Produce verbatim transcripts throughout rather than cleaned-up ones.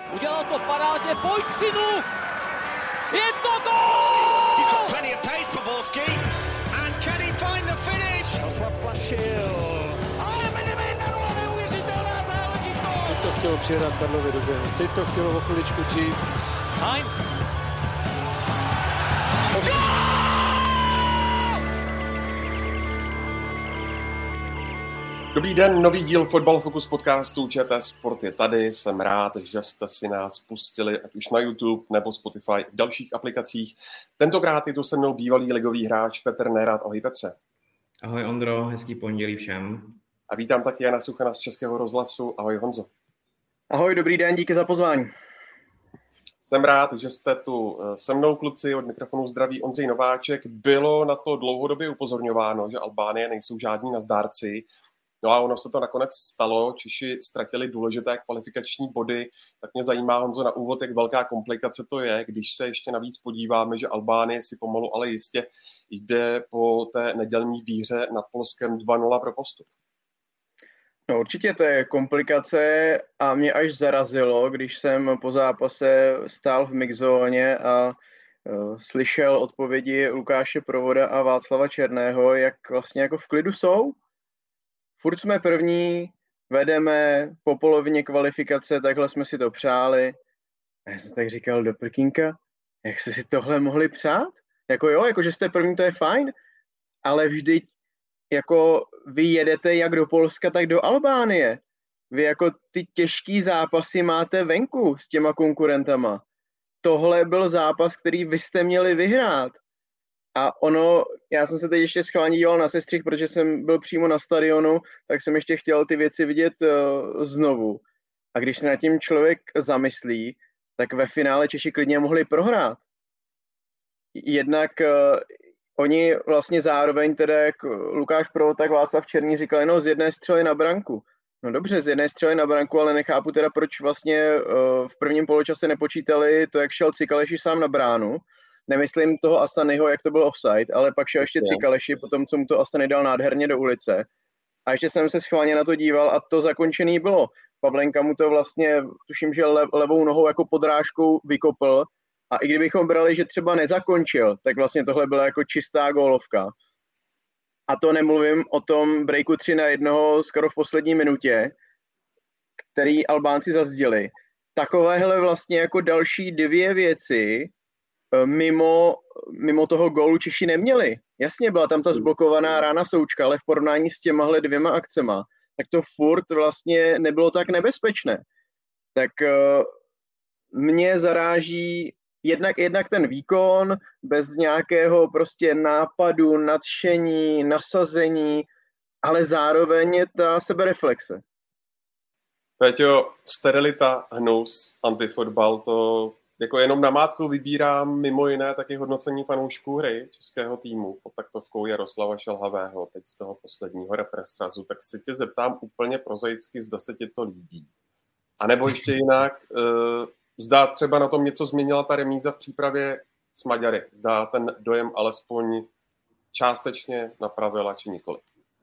Udělal to parádně, pojď synu! Je to gól! He's got plenty of pace for Borski. And can he find the finish? Ale Medvedev, neuvěřitelná záležitost! Teď to chtělo přihrát Karlovi do běhu, teď to chtělo o chviličku dřív. Heinz! Dobrý den, nový díl Fotbal Focus podcastu ČT Sport je tady. Jsem rád, že jste si nás pustili ať už na YouTube nebo Spotify i v dalších aplikacích. Tentokrát je tu se mnou bývalý ligový hráč Petr Nerad. Ahoj Petře. Ahoj Ondro, hezký pondělí všem. A vítám taky Jana Suchana z Českého rozhlasu. Ahoj Honzo. Ahoj, dobrý den, díky za pozvání. Jsem rád, že jste tu se mnou, kluci, od mikrofonu zdraví Ondřej Nováček. Bylo na to dlouhodobě upozorňováno, že Albánie nejsou žádní nazdárci. No a ono se to nakonec stalo, Češi ztratili důležité kvalifikační body, tak mě zajímá, Honzo, na úvod, jak velká komplikace to je, když se ještě navíc podíváme, že Albánie si pomalu, ale jistě jde po té nedělní výhře nad Polskem dva nula pro postup. No určitě to je komplikace a mě až zarazilo, když jsem po zápase stál v mixzóně a uh, slyšel odpovědi Lukáše Provoda a Václava Černého, jak vlastně jako v klidu jsou. Furt jsme první, vedeme po polovině kvalifikace, takhle jsme si to přáli. A já jsem tak říkal do prkínka, jak jste si tohle mohli přát? Jako jo, jako že jste první, to je fajn, ale vždyť jako vy jedete jak do Polska, tak do Albánie. Vy jako ty těžký zápasy máte venku s těma konkurentama. Tohle byl zápas, který vy jste měli vyhrát. A ono, já jsem se teď ještě schválně díval na sestřih, protože jsem byl přímo na stadionu, tak jsem ještě chtěl ty věci vidět uh, znovu. A když se nad tím člověk zamyslí, tak ve finále Češi klidně mohli prohrát. Jednak uh, oni vlastně zároveň, teda jak Lukáš Provod, tak Václav Černý říkali, no z jedné střely na branku. No dobře, z jedné střely na branku, ale nechápu teda, proč vlastně uh, v prvním poločase nepočítali to, jak šel Cikaleši sám na bránu. Nemyslím toho Asanyho, jak to byl offside, ale pak šel ještě Cikaleši, potom co mu to Asany dal nádherně do ulice. A ještě jsem se schválně na to díval a to zakončený bylo. Pavlenka mu to vlastně, tuším, že lev, levou nohou jako podrážkou vykopl a i kdybychom brali, že třeba nezakončil, tak vlastně tohle byla jako čistá gólovka. A to nemluvím o tom breaku tři na jednoho skoro v poslední minutě, který Albánci zazděli. Takovéhle vlastně jako další dvě věci Mimo, mimo toho gólu Češi neměli. Jasně, byla tam ta zblokovaná rána Součka, ale v porovnání s těmahle dvěma akcema, tak to furt vlastně nebylo tak nebezpečné. Tak uh, mě zaráží jednak, jednak ten výkon, bez nějakého prostě nápadu, nadšení, nasazení, ale zároveň ta sebereflexe. Péťo, sterilita, hnus, antifotbal, to jako jenom namátkou vybírám mimo jiné taky hodnocení fanoušků hry českého týmu pod taktovkou Jaroslava Šelhavého, teď z toho posledního represrazu, tak si tě zeptám úplně prozaicky, zda se ti to líbí. A nebo ještě jinak, zda třeba na tom něco změnila ta remíza v přípravě s Maďary, zda ten dojem alespoň částečně napravila či nikoli.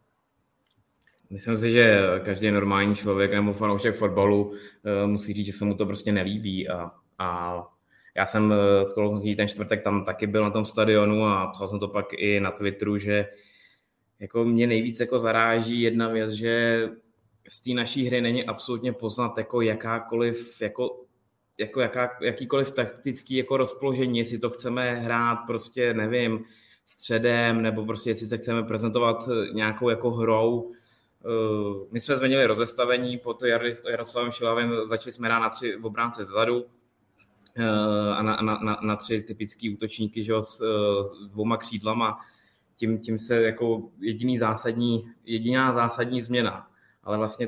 Myslím si, že každý normální člověk nebo fanoušek fotbalu musí říct, že se mu to prostě nelíbí a A já jsem ten čtvrtek tam taky byl na tom stadionu a psal jsem to pak i na Twitteru, že jako mě nejvíc jako zaráží jedna věc, že z té naší hry není absolutně poznat jako jakákoliv, jako, jako jaká, jakýkoliv taktický jako rozpoložení, jestli to chceme hrát prostě, nevím, středem, nebo prostě jestli se chceme prezentovat nějakou jako hrou. My jsme změnili rozestavení, pod Jaroslavem Šilhavým začali jsme hrát na tři v obránce zezadu, a na, na, na, na tři typický útočníky, že jo, s, s dvouma křídlama. Tím, tím se jako jediný zásadní, jediná zásadní změna. Ale vlastně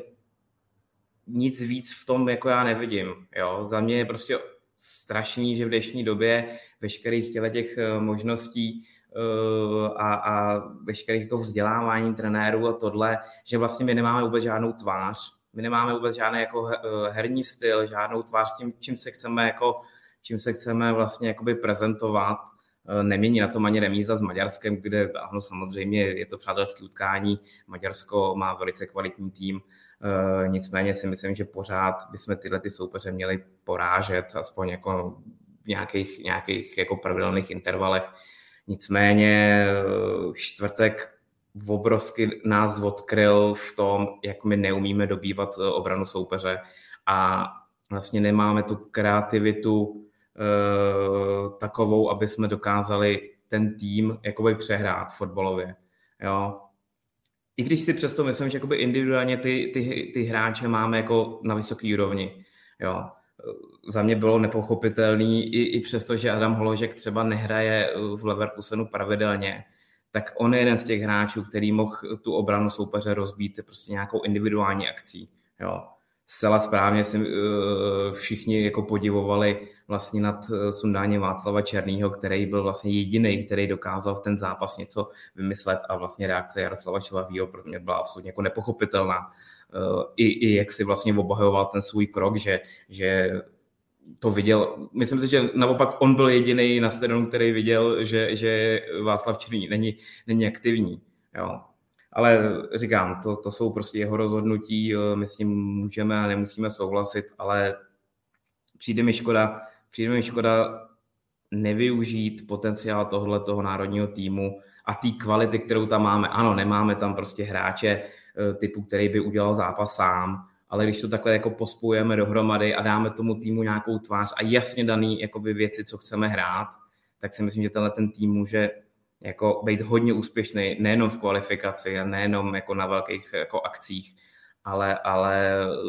nic víc v tom jako já nevidím. Jo. Za mě je prostě strašný, že v dnešní době veškerých těch možností a, a veškerých jako vzdělávání trenérů a tohle, že vlastně my nemáme vůbec žádnou tvář. My nemáme vůbec žádný jako herní styl, žádnou tvář, tím, čím se chceme jako čím se chceme vlastně jakoby prezentovat. Nemění na tom ani remíza s Maďarskem, kde ano, samozřejmě je to přátelské utkání. Maďarsko má velice kvalitní tým, Uh, nicméně si myslím, že pořád bychom tyhle ty soupeře měli porážet, aspoň jako v nějakých, nějakých jako pravidelných intervalech. Nicméně čtvrtek obrovsky nás odkryl v tom, jak my neumíme dobývat obranu soupeře a vlastně nemáme tu kreativitu uh, takovou, aby jsme dokázali ten tým jakoby přehrát fotbalově. Jo. I když si přesto myslím, že jakoby individuálně ty, ty, ty hráče máme jako na vysoké úrovni. Jo. Za mě bylo nepochopitelný, i, i přesto, že Adam Holožek třeba nehraje v Leverkusenu pravidelně, tak on je jeden z těch hráčů, který mohl tu obranu soupeře rozbít prostě nějakou individuální akcí. Jo. Zcela správně si uh, všichni jako podivovali vlastně nad sundáním Václava Černýho, který byl vlastně jediný, který dokázal v ten zápas něco vymyslet a vlastně reakce Jaroslava Šilavýho pro mě byla absolutně jako nepochopitelná. Uh, i, I jak si vlastně obhajoval ten svůj krok, že, že to viděl. Myslím si, že naopak on byl jediný na stadionu, který viděl, že, že Václav Černý není, není aktivní. Jo. Ale říkám, to, to jsou prostě jeho rozhodnutí, my s ním můžeme a nemusíme souhlasit, ale přijde mi škoda, přijde mi škoda nevyužít potenciál tohoto národního týmu a té kvality, kterou tam máme. Ano, nemáme tam prostě hráče typu, který by udělal zápas sám, ale když to takhle jako pospojujeme dohromady a dáme tomu týmu nějakou tvář a jasně daný jakoby věci, co chceme hrát, tak si myslím, že tenhle ten tým může jako být hodně úspěšný, nejenom v kvalifikaci a nejenom jako na velkých jako akcích, ale, ale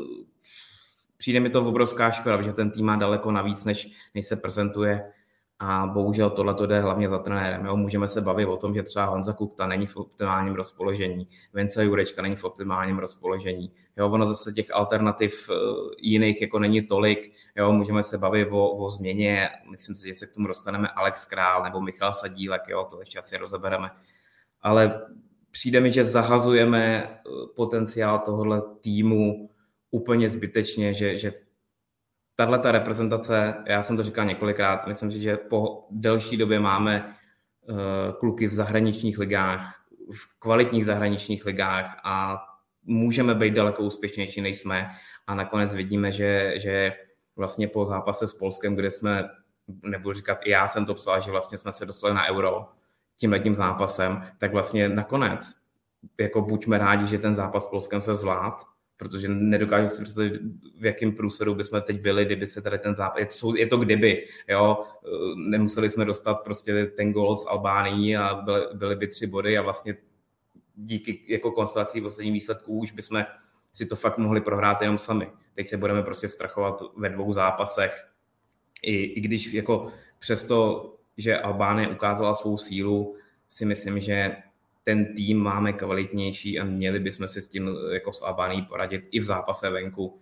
přijde mi to v obrovská škoda, že ten tým má daleko navíc, než, než se prezentuje a bohužel tohle to jde hlavně za trenérem. Jo? Můžeme se bavit o tom, že třeba Honza Kukta není v optimálním rozpoložení, Vince Jurečka není v optimálním rozpoložení. Jo? Ono zase těch alternativ jiných jako není tolik. Jo? Můžeme se bavit o, o změně, myslím si, že se k tomu dostaneme Alex Král nebo Michal Sadílek, jo? To ještě asi rozebereme. Ale přijde mi, že zahazujeme potenciál tohohle týmu úplně zbytečně, že, že tahle ta reprezentace, já jsem to říkal několikrát, myslím si, že po delší době máme uh, kluky v zahraničních ligách, v kvalitních zahraničních ligách a můžeme být daleko úspěšnější, než jsme. A nakonec vidíme, že, že vlastně po zápase s Polskem, kde jsme, nebudu říkat, i já jsem to psal, že vlastně jsme se dostali na Euro tímhletím zápasem, tak vlastně nakonec jako buďme rádi, že ten zápas s Polskem se zvlád, protože nedokážu si představit, v jakém průsledu bychom teď byli, kdyby se tady ten zápas, je to, je to kdyby, jo, nemuseli jsme dostat prostě ten gól z Albánii a byly, byly by tři body a vlastně díky jako konstelací posledních výsledků už bychom si to fakt mohli prohrát jenom sami. Teď se budeme prostě strachovat ve dvou zápasech. I, i když jako přesto, že Albánie ukázala svou sílu, si myslím, že ten tým máme kvalitnější a měli bychom si s tím jako s Albánií poradit i v zápase venku.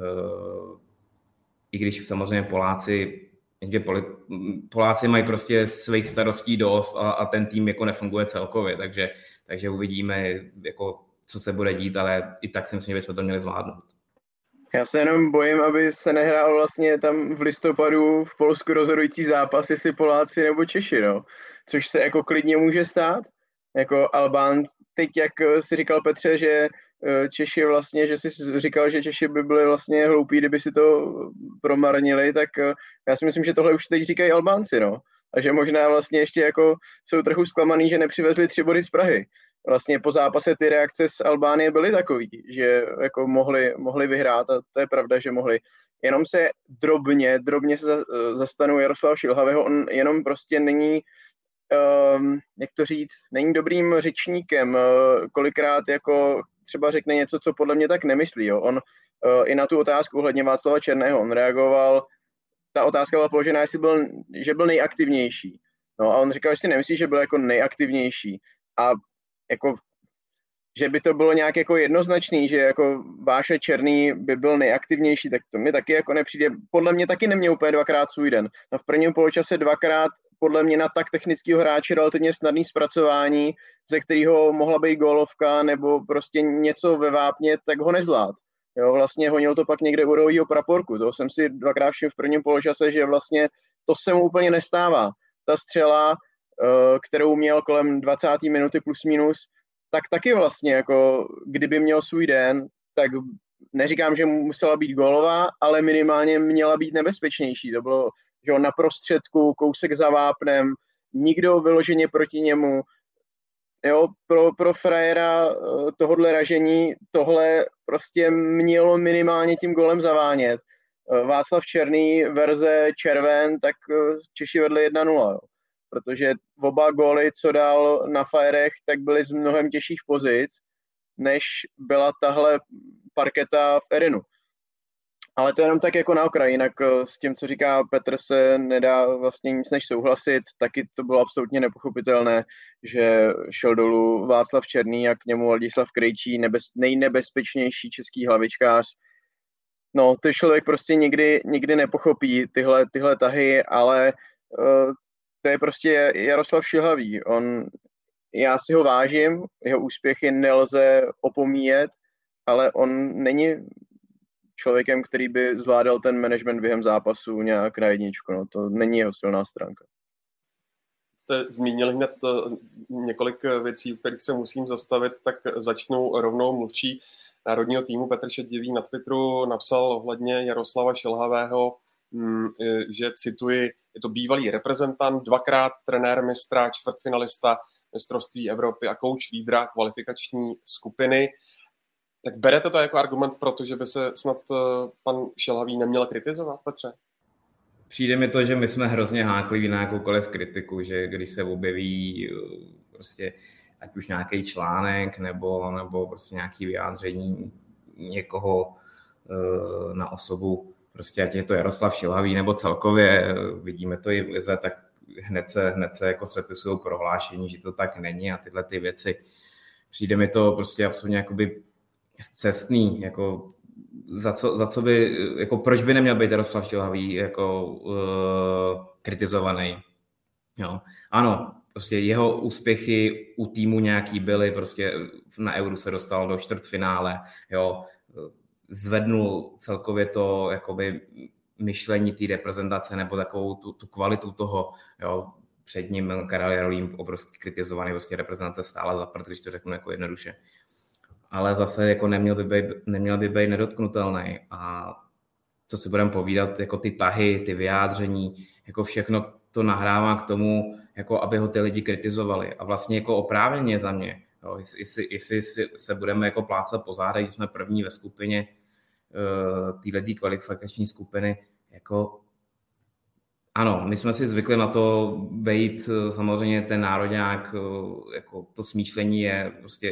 I když samozřejmě Poláci, že Poláci mají prostě svých starostí dost a, a ten tým jako nefunguje celkově, takže, takže uvidíme, jako, co se bude dít, ale i tak si myslím, že bychom to měli zvládnout. Já se jenom bojím, aby se nehrál vlastně tam v listopadu v Polsku rozhodující zápas, jestli Poláci nebo Češi, no. Což se jako klidně může stát. Jako Albán, teď jak si říkal Petře, že Češi vlastně, že jsi říkal, že Češi by byli vlastně hloupí, kdyby si to promarnili, tak já si myslím, že tohle už teď říkají Albánci, no. A že možná vlastně ještě jako jsou trochu zklamaný, že nepřivezli tři body z Prahy. Vlastně po zápase ty reakce z Albánie byly takový, že jako mohli, mohli vyhrát a to je pravda, že mohli. Jenom se drobně, drobně se zastanu Jaroslava Šilhavého, on jenom prostě není Um, jak to říct, není dobrým řečníkem, uh, kolikrát jako třeba řekne něco, co podle mě tak nemyslí. Jo. On uh, i na tu otázku ohledně Václava Černého, on reagoval, ta otázka byla položená, jestli byl, že byl nejaktivnější. No a on říkal, že si nemyslí, že byl jako nejaktivnější. A jako, že by to bylo nějak jako jednoznačný, že jako Váša Černý by byl nejaktivnější, tak to mi taky jako nepřijde. Podle mě taky neměl úplně dvakrát svůj den. No v prvním poločase dvakrát podle mě na tak technického hráče relativně snadný zpracování, ze kterého mohla být gólovka nebo prostě něco ve vápně, tak ho nezvlád. Jo, vlastně honil to pak někde u rohovýho praporku. To jsem si dvakrát všiml v prvním poločase, že vlastně to se mu úplně nestává. Ta střela, kterou měl kolem dvacáté minuty plus minus, tak taky vlastně, jako kdyby měl svůj den, tak neříkám, že musela být gólová, ale minimálně měla být nebezpečnější. To bylo, že on na prostředku, kousek za vápnem, nikdo vyloženě proti němu. Jo, pro, pro frajera tohodle ražení tohle prostě mělo minimálně tím golem zavánět. Václav Černý verze Červen, tak Češi vedli jedna nula, jo. Protože oba góly, co dal na Fajerech, tak byly z mnohem těžších pozic, než byla tahle parketa v Erinu. Ale to je jenom tak jako na okraji, jinak s tím, co říká Petr, se nedá vlastně nic než souhlasit. Taky to bylo absolutně nepochopitelné, že šel dolů Václav Černý a k němu Ladislav Krejčí, nebez, nejnebezpečnější český hlavičkář. No, to člověk prostě nikdy, nikdy nepochopí tyhle, tyhle tahy, ale uh, to je prostě Jaroslav Šilhavý. On, já si ho vážím, jeho úspěchy nelze opomíjet, ale on není člověkem, který by zvládal ten management během zápasu nějak na jedničku. No, to není jeho silná stránka. Jste zmínili hned to, několik věcí, u kterých se musím zastavit, tak začnu rovnou. Mluvčí národního týmu Petr Šedivý na Twitteru napsal ohledně Jaroslava Šilhavého, že cituji, je to bývalý reprezentant, dvakrát trenér mistra, čtvrtfinalista mistrovství Evropy a kouč lídra kvalifikační skupiny. Tak berete to jako argument pro to, že by se snad pan Šilhavý neměl kritizovat, Petře? Přijde mi to, že my jsme hrozně hákliví na jakoukoliv kritiku, že když se objeví prostě ať už nějaký článek nebo, nebo prostě nějaké vyjádření někoho na osobu, prostě ať je to Jaroslav Šilhavý nebo celkově, vidíme to i v lize, tak hned se, hned se jako sepisují prohlášení, že to tak není a tyhle ty věci. Přijde mi to prostě absolutně jakoby cestný, jako za co, za co by, jako proč by neměl být Jaroslav Šilhavý jako uh, kritizovaný. Jo. Ano, prostě jeho úspěchy u týmu nějaký byly, prostě na Euru se dostal do čtvrtfinále, jo, zvednul celkově to jakoby myšlení té reprezentace nebo takovou tu, tu kvalitu toho, jo, před ním Karel Jarolím obrovský kritizovaný, prostě reprezentace stála za prd, když to řeknu jako jednoduše. Ale zase jako neměl by být, neměl by být nedotknutelný a co si budeme povídat, jako ty tahy, ty vyjádření, jako všechno to nahrává k tomu, jako aby ho ty lidi kritizovali a vlastně jako oprávněně za mě, jo, jestli, jestli se budeme jako plácat po zádech, když jsme první ve skupině uh, téhletý kvalifikační skupiny, jako ano, my jsme si zvykli na to být samozřejmě ten národňák, jako to smýšlení je prostě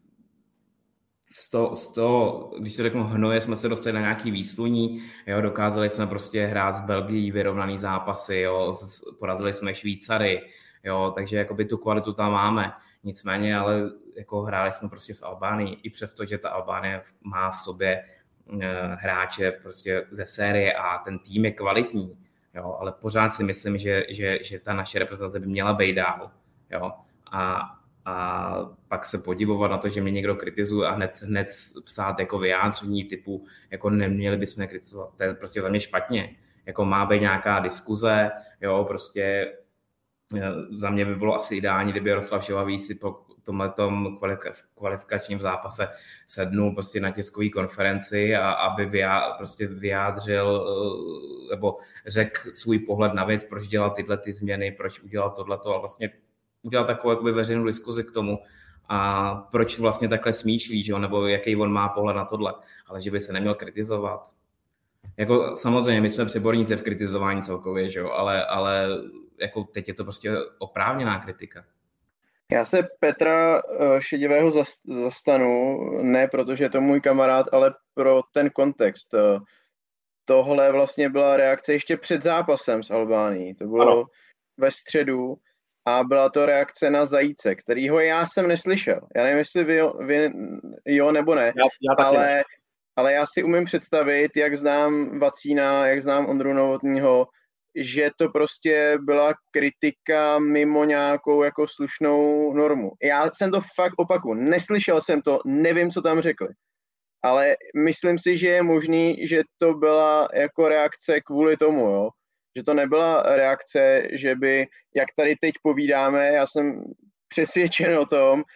z toho, z toho, když to řeknu hnoje, jsme se dostali na nějaký výsluní, jo, dokázali jsme prostě hrát s Belgií vyrovnaný zápasy, jo, porazili jsme Švýcary, jo, takže jakoby tu kvalitu tam máme, nicméně, ale jako hráli jsme prostě s Albánií, i přesto, že ta Albánie má v sobě eh, hráče prostě ze série A, ten tým je kvalitní, jo, ale pořád si myslím, že, že, že ta naše reprezentace by měla být dál, jo, a a pak se podivovat na to, že mě někdo kritizuje a hned, hned psát jako vyjádření typu, jako neměli bychom kritizovat, to je prostě za mě špatně. Jako má být nějaká diskuze, jo, prostě za mě by bylo asi ideální, kdyby Jaroslav Šilhavý si po tomhletom kvalifikačním zápase sednul prostě na tiskové konferenci a aby vyjádřil, prostě vyjádřil nebo řekl svůj pohled na věc, proč dělat tyhle ty změny, proč udělat tohleto a vlastně udělat takovou jakoby veřejnou diskuzi k tomu a proč vlastně takhle smýšlí, že jo? Nebo jaký on má pohled na tohle, ale že by se neměl kritizovat. Jako samozřejmě, my jsme přeborníci v kritizování celkově, že jo? Ale, ale jako teď je to prostě oprávněná kritika. Já se Petra Šedivého zastanu, ne protože je to můj kamarád, ale pro ten kontext. Tohle vlastně byla reakce ještě před zápasem s Albánií. To bylo ano. Ve středu. A byla to reakce na Zajíce, kterýho já jsem neslyšel. Já nevím, jestli vy, vy jo nebo ne, já, já ale, ne. ale já si umím představit, jak znám Vacína, jak znám Ondru Novotního, že to prostě byla kritika mimo nějakou jako slušnou normu. Já jsem to fakt opakuju, neslyšel jsem to, nevím, co tam řekli. Ale myslím si, že je možný, že to byla jako reakce kvůli tomu, jo. Že to nebyla reakce, že by, jak tady teď povídáme, já jsem přesvědčen o tom,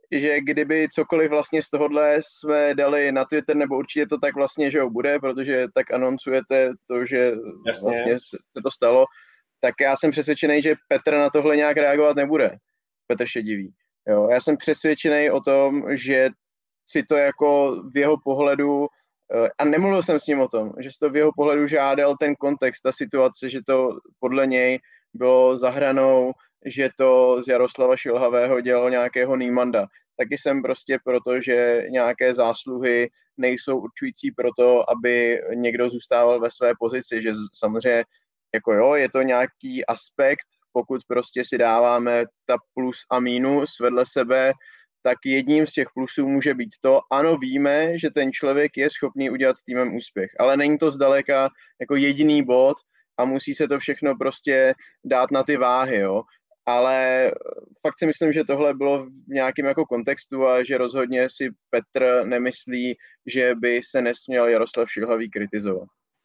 že kdyby cokoliv vlastně z tohohle jsme dali na Twitter, nebo určitě to tak vlastně, že jo, bude, protože tak anoncujete to, že Jasně. vlastně se to stalo, tak já jsem přesvědčený, že Petr na tohle nějak reagovat nebude. Petr Šedivý. Jo, já jsem přesvědčený o tom, že si to jako v jeho pohledu, a nemluvil jsem s ním o tom, že si to v jeho pohledu žádal ten kontext, ta situace, že to podle něj bylo za hranou, že to z Jaroslava Šilhavého dělal nějakého Niemanda. Taky jsem prostě proto, že nějaké zásluhy nejsou určující pro to, aby někdo zůstával ve své pozici, že samozřejmě jako jo, je to nějaký aspekt, pokud prostě si dáváme ta plus a mínus vedle sebe, tak jedním z těch plusů může být to, ano, víme, že ten člověk je schopný udělat s týmem úspěch, ale není to zdaleka jako jediný bod a musí se to všechno prostě dát na ty váhy, jo. Ale fakt si myslím, že tohle bylo v nějakém jako kontextu a že rozhodně si Petr nemyslí, že by se nesměl Jaroslav Šilhavý kritizovat.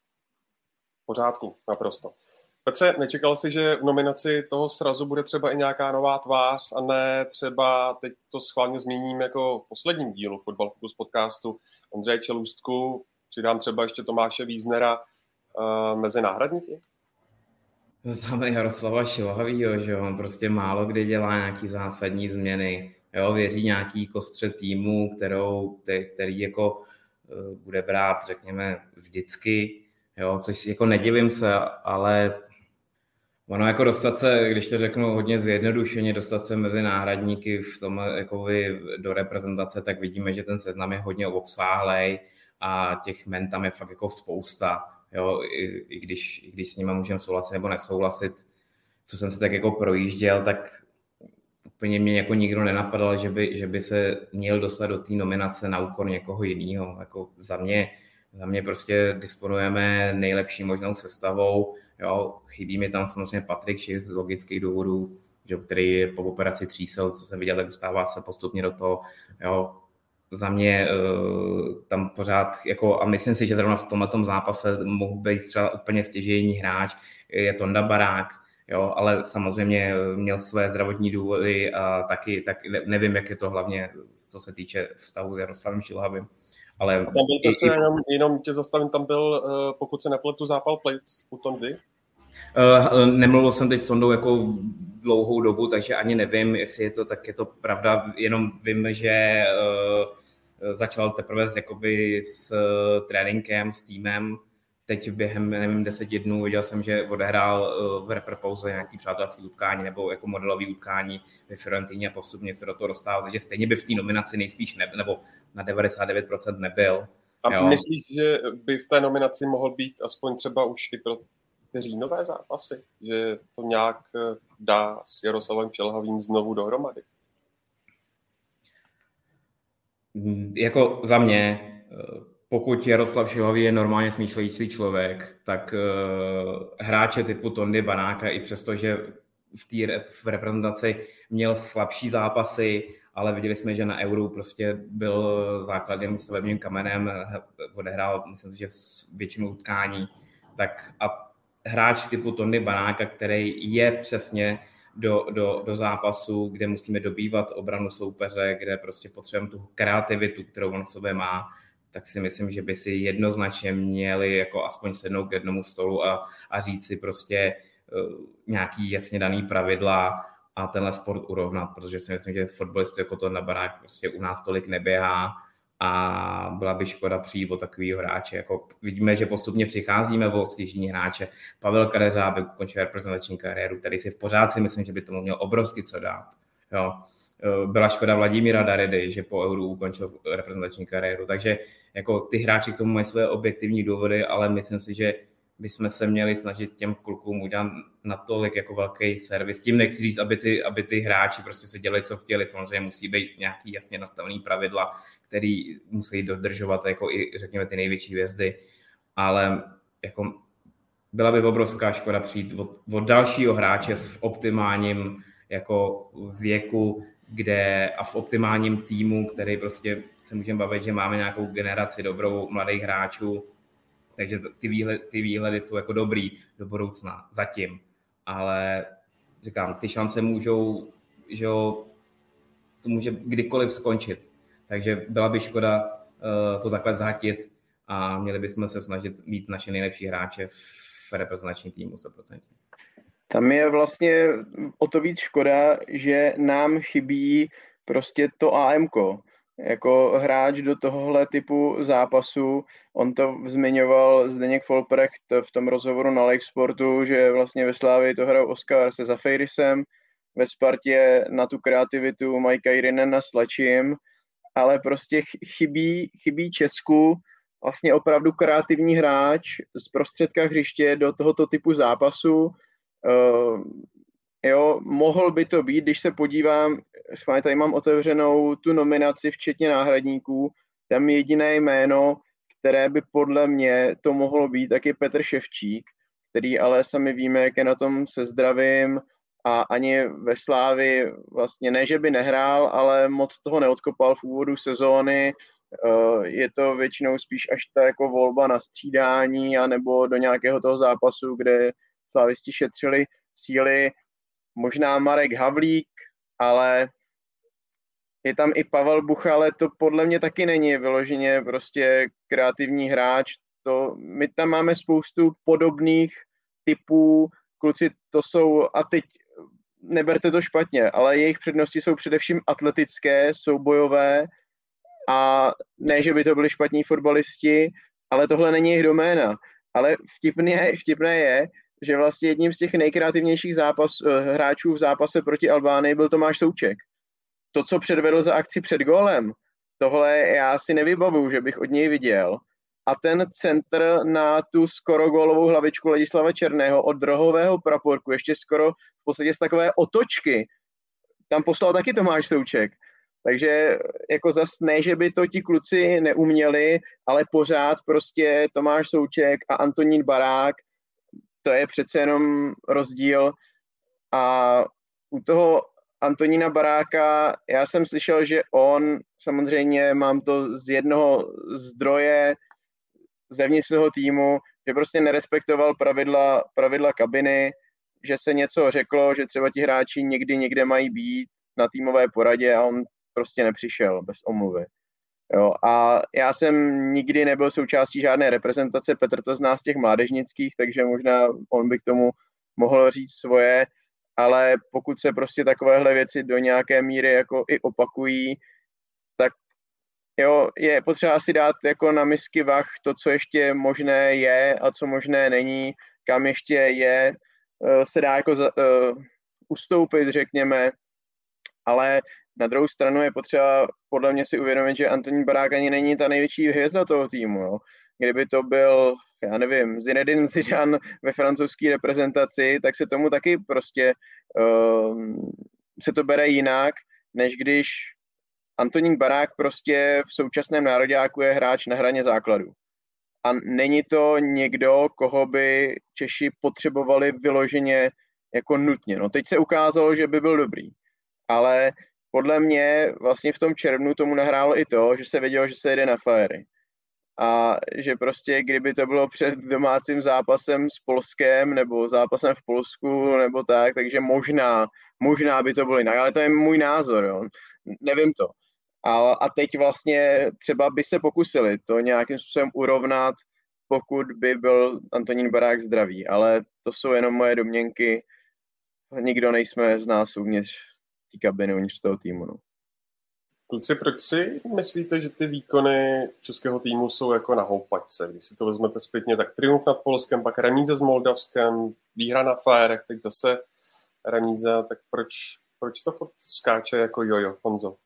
V pořádku, naprosto. Petře, nečekal jsi, že v nominaci toho srazu bude třeba i nějaká nová tvář a ne třeba, teď to schválně zmíním jako posledním dílu Fotbal Focus podcastu, Ondřeje Čelůstku, přidám třeba ještě Tomáše Víznera uh, mezi náhradníky? Známe Jaroslava Šilhavýho, že on prostě málo kdy dělá nějaký zásadní změny, jo, věří nějaký kostře týmu, kterou, který jako uh, bude brát, řekněme, vždycky, jo, což jako nedivím se, ale ono jako dostat se, když to řeknu hodně zjednodušeně, dostat se mezi náhradníky v tom jakoby do reprezentace, tak vidíme, že ten seznam je hodně obsáhlej a těch men tam je fakt jako spousta, jo, i, i, když, i když s nimi můžeme souhlasit nebo nesouhlasit, co jsem se tak jako projížděl, tak úplně mě jako nikdo nenapadal, že by, že by se měl dostat do té nominace na úkor někoho jiného. Jako za mě Za mě prostě disponujeme nejlepší možnou sestavou. Jo, chybí mi tam samozřejmě Patrik Šich z logických důvodů, že, který je po operaci třísel, co jsem viděl, tak dostává se postupně do toho. Jo. Za mě uh, tam pořád, jako, a myslím si, že zrovna v tomhletom zápase mohl být třeba úplně stěžejní hráč, je Tonda Barák, jo, ale samozřejmě měl své zdravotní důvody a taky, tak nevím, jak je to hlavně, co se týče vztahu s Jaroslavem Šilhavým. Ale tam byl i, i... jenom, jenom tě zastavím, tam byl, pokud se nepletu, zápal plic u Tondy? Uh, nemluvil jsem teď s Tondou jako dlouhou dobu, takže ani nevím, jestli je to, tak je to pravda, jenom vím, že uh, začal teprve jakoby s uh, tréninkem, s týmem, teď během, nevím, deseti dnů viděl jsem, že odehrál uh, v reprepauze nějaký přátelský utkání nebo jako modelový utkání ve Fiorentíně a postupně se do toho dostával, takže stejně by v té nominaci nejspíš ne, nebo na devadesát devět procent nebyl. A jo. Myslíš, že by v té nominaci mohl být aspoň třeba už i pro ty říjnové zápasy? Že to nějak dá s Jaroslavem Šilhavým znovu dohromady? Jako za mě, pokud Jaroslav Šilhavý je normálně smýšlející člověk, tak hráče typu Tondy Banáka, i přesto, že v té v reprezentaci měl slabší zápasy, ale viděli jsme, že na Euru prostě byl základním stavebním kamenem, odehrál, myslím si, že většinu utkání, tak a hráč typu Tondy Banáka, který je přesně do, do, do zápasu, kde musíme dobývat obranu soupeře, kde prostě potřebujeme tu kreativitu, kterou on v sobě má, tak si myslím, že by si jednoznačně měli jako aspoň sednout k jednomu stolu a, a říct si prostě uh, nějaký jasně daný pravidla a tenhle sport urovnat, protože si myslím, že fotbalistů jako to na Barák prostě u nás tolik neběhá a byla by škoda přijít o takovýho hráče. Jako vidíme, že postupně přicházíme o stěžní hráče. Pavel Kadeřábek ukončil reprezentační kariéru, který si v pořád si myslím, že by tomu měl obrovsky co dát. Jo. Byla škoda Vladimíra Daridy, že po Euru ukončil reprezentační kariéru, takže jako ty hráči k tomu mají své objektivní důvody, ale myslím si, že bychom se měli snažit těm klukům udělat natolik jako velký servis. Tím nechci říct, aby ty, aby ty hráči prostě si dělali, co chtěli. Samozřejmě musí být nějaký jasně nastavený pravidla, který musí dodržovat jako i, řekněme, ty největší hvězdy. Ale jako byla by obrovská škoda přijít od, od dalšího hráče v optimálním jako věku, kde a v optimálním týmu, který prostě se můžeme bavit, že máme nějakou generaci dobrou mladých hráčů. Takže ty výhledy, ty výhledy jsou jako dobrý do budoucna zatím. Ale říkám, ty šance můžou, že jo, to může kdykoliv skončit. Takže byla by škoda uh, to takhle zhatit a měli bychom se snažit mít naše nejlepší hráče v reprezentačním týmu sto procent. Tam je vlastně o to víc škoda, že nám chybí prostě to á em ko. Jako hráč do tohohle typu zápasu, on to zmiňoval Zdeněk Volprecht v tom rozhovoru na Live Sportu, že vlastně ve Slávii to hrajou Oskar se Zafeirisem, ve Spartě na tu kreativitu mají Kairinen s Lačím, ale prostě chybí, chybí Česku vlastně opravdu kreativní hráč z prostředka hřiště do tohoto typu zápasu. Uh, jo, mohl by to být, když se podívám, schválně tady mám otevřenou tu nominaci včetně náhradníků, tam jediné jméno, které by podle mě to mohlo být, tak je Petr Ševčík, který ale sami víme, jak je na tom se zdravím a ani ve Slávi vlastně ne, že by nehrál, ale moc toho neodkopal v úvodu sezóny. Je to většinou spíš až ta jako volba na střídání anebo do nějakého toho zápasu, kde slávisti šetřili síly. Možná Marek Havlík, ale je tam i Pavel Bucha, ale to podle mě taky není vyloženě prostě kreativní hráč. To, my tam máme spoustu podobných typů, kluci to jsou, a teď neberte to špatně, ale jejich přednosti jsou především atletické, soubojové a ne, že by to byli špatní fotbalisti, ale tohle není jejich doména. Ale vtipné, vtipné je, že vlastně jedním z těch nejkreativnějších zápas, hráčů v zápase proti Albánii byl Tomáš Souček. To, co předvedl za akci před gólem, tohle já si nevybavuju, že bych od něj viděl. A ten centr na tu skoro gólovou hlavičku Ladislava Černého od drohového praporku, ještě skoro v podstatě z takové otočky, tam poslal taky Tomáš Souček. Takže jako zas ne, že by to ti kluci neuměli, ale pořád prostě Tomáš Souček a Antonín Barák, to je přece jenom rozdíl. A u toho Antonína Baráka, já jsem slyšel, že on, samozřejmě mám to z jednoho zdroje, zevnitř toho týmu, že prostě nerespektoval pravidla, pravidla kabiny, že se něco řeklo, že třeba ti hráči někdy někde mají být na týmové poradě a on prostě nepřišel bez omluvy. Jo, a já jsem nikdy nebyl součástí žádné reprezentace, Petr to zná z těch mládežnických, takže možná on by k tomu mohl říct svoje, ale pokud se prostě takovéhle věci do nějaké míry jako i opakují, tak jo, je potřeba si dát jako na misky vah to, co ještě možné je a co možné není, kam ještě je, se dá jako za, uh, ustoupit, řekněme, ale na druhou stranu je potřeba podle mě si uvědomit, že Antonín Barák ani není ta největší hvězda toho týmu. Jo. Kdyby to byl, já nevím, Zinedine Zidane ve francouzské reprezentaci, tak se tomu taky prostě uh, se to bere jinak, než když Antonín Barák prostě v současném nároďáku je hráč na hraně základu. A není to někdo, koho by Češi potřebovali vyloženě jako nutně. No teď se ukázalo, že by byl dobrý, ale podle mě vlastně v tom červnu tomu nahrálo i to, že se vědělo, že se jede na Fajery. A že prostě kdyby to bylo před domácím zápasem s Polskem nebo zápasem v Polsku nebo tak, takže možná, možná by to bylo jinak. Ale to je můj názor, jo. Nevím to. A, a teď vlastně třeba by se pokusili to nějakým způsobem urovnat, pokud by byl Antonín Barák zdravý. Ale to jsou jenom moje domněnky. Nikdo nejsme z nás uvnitř té kabiny, uvnitř toho týmu. No. Kluci, proč si myslíte, že ty výkony českého týmu jsou jako na houpačce? Když si to vezmete zpětně, tak triumf nad Polskem, pak remíze s Moldavskem, výhra na Fajerech, teď zase remíza, tak proč, proč to furt skáče jako jojo, Honzo?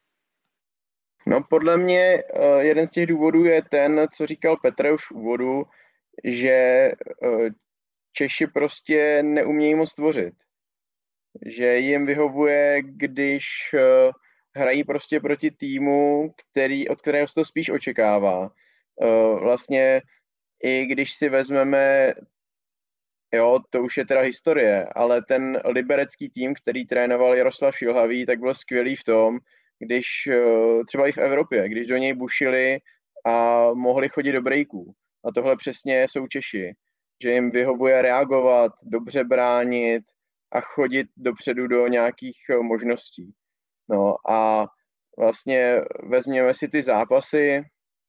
No podle mě jeden z těch důvodů je ten, co říkal Petr už v úvodu, že Češi prostě neumějí moc tvořit. Že jim vyhovuje, když hrají prostě proti týmu, který, od kterého se to spíš očekává. Vlastně i když si vezmeme, jo, to už je teda historie, ale ten liberecký tým, který trénoval Jaroslav Šilhavý, tak byl skvělý v tom, když třeba i v Evropě, když do něj bušili a mohli chodit do breaků. A tohle přesně jsou Češi, že jim vyhovuje reagovat, dobře bránit a chodit dopředu do nějakých možností. No a vlastně vezměme si ty zápasy,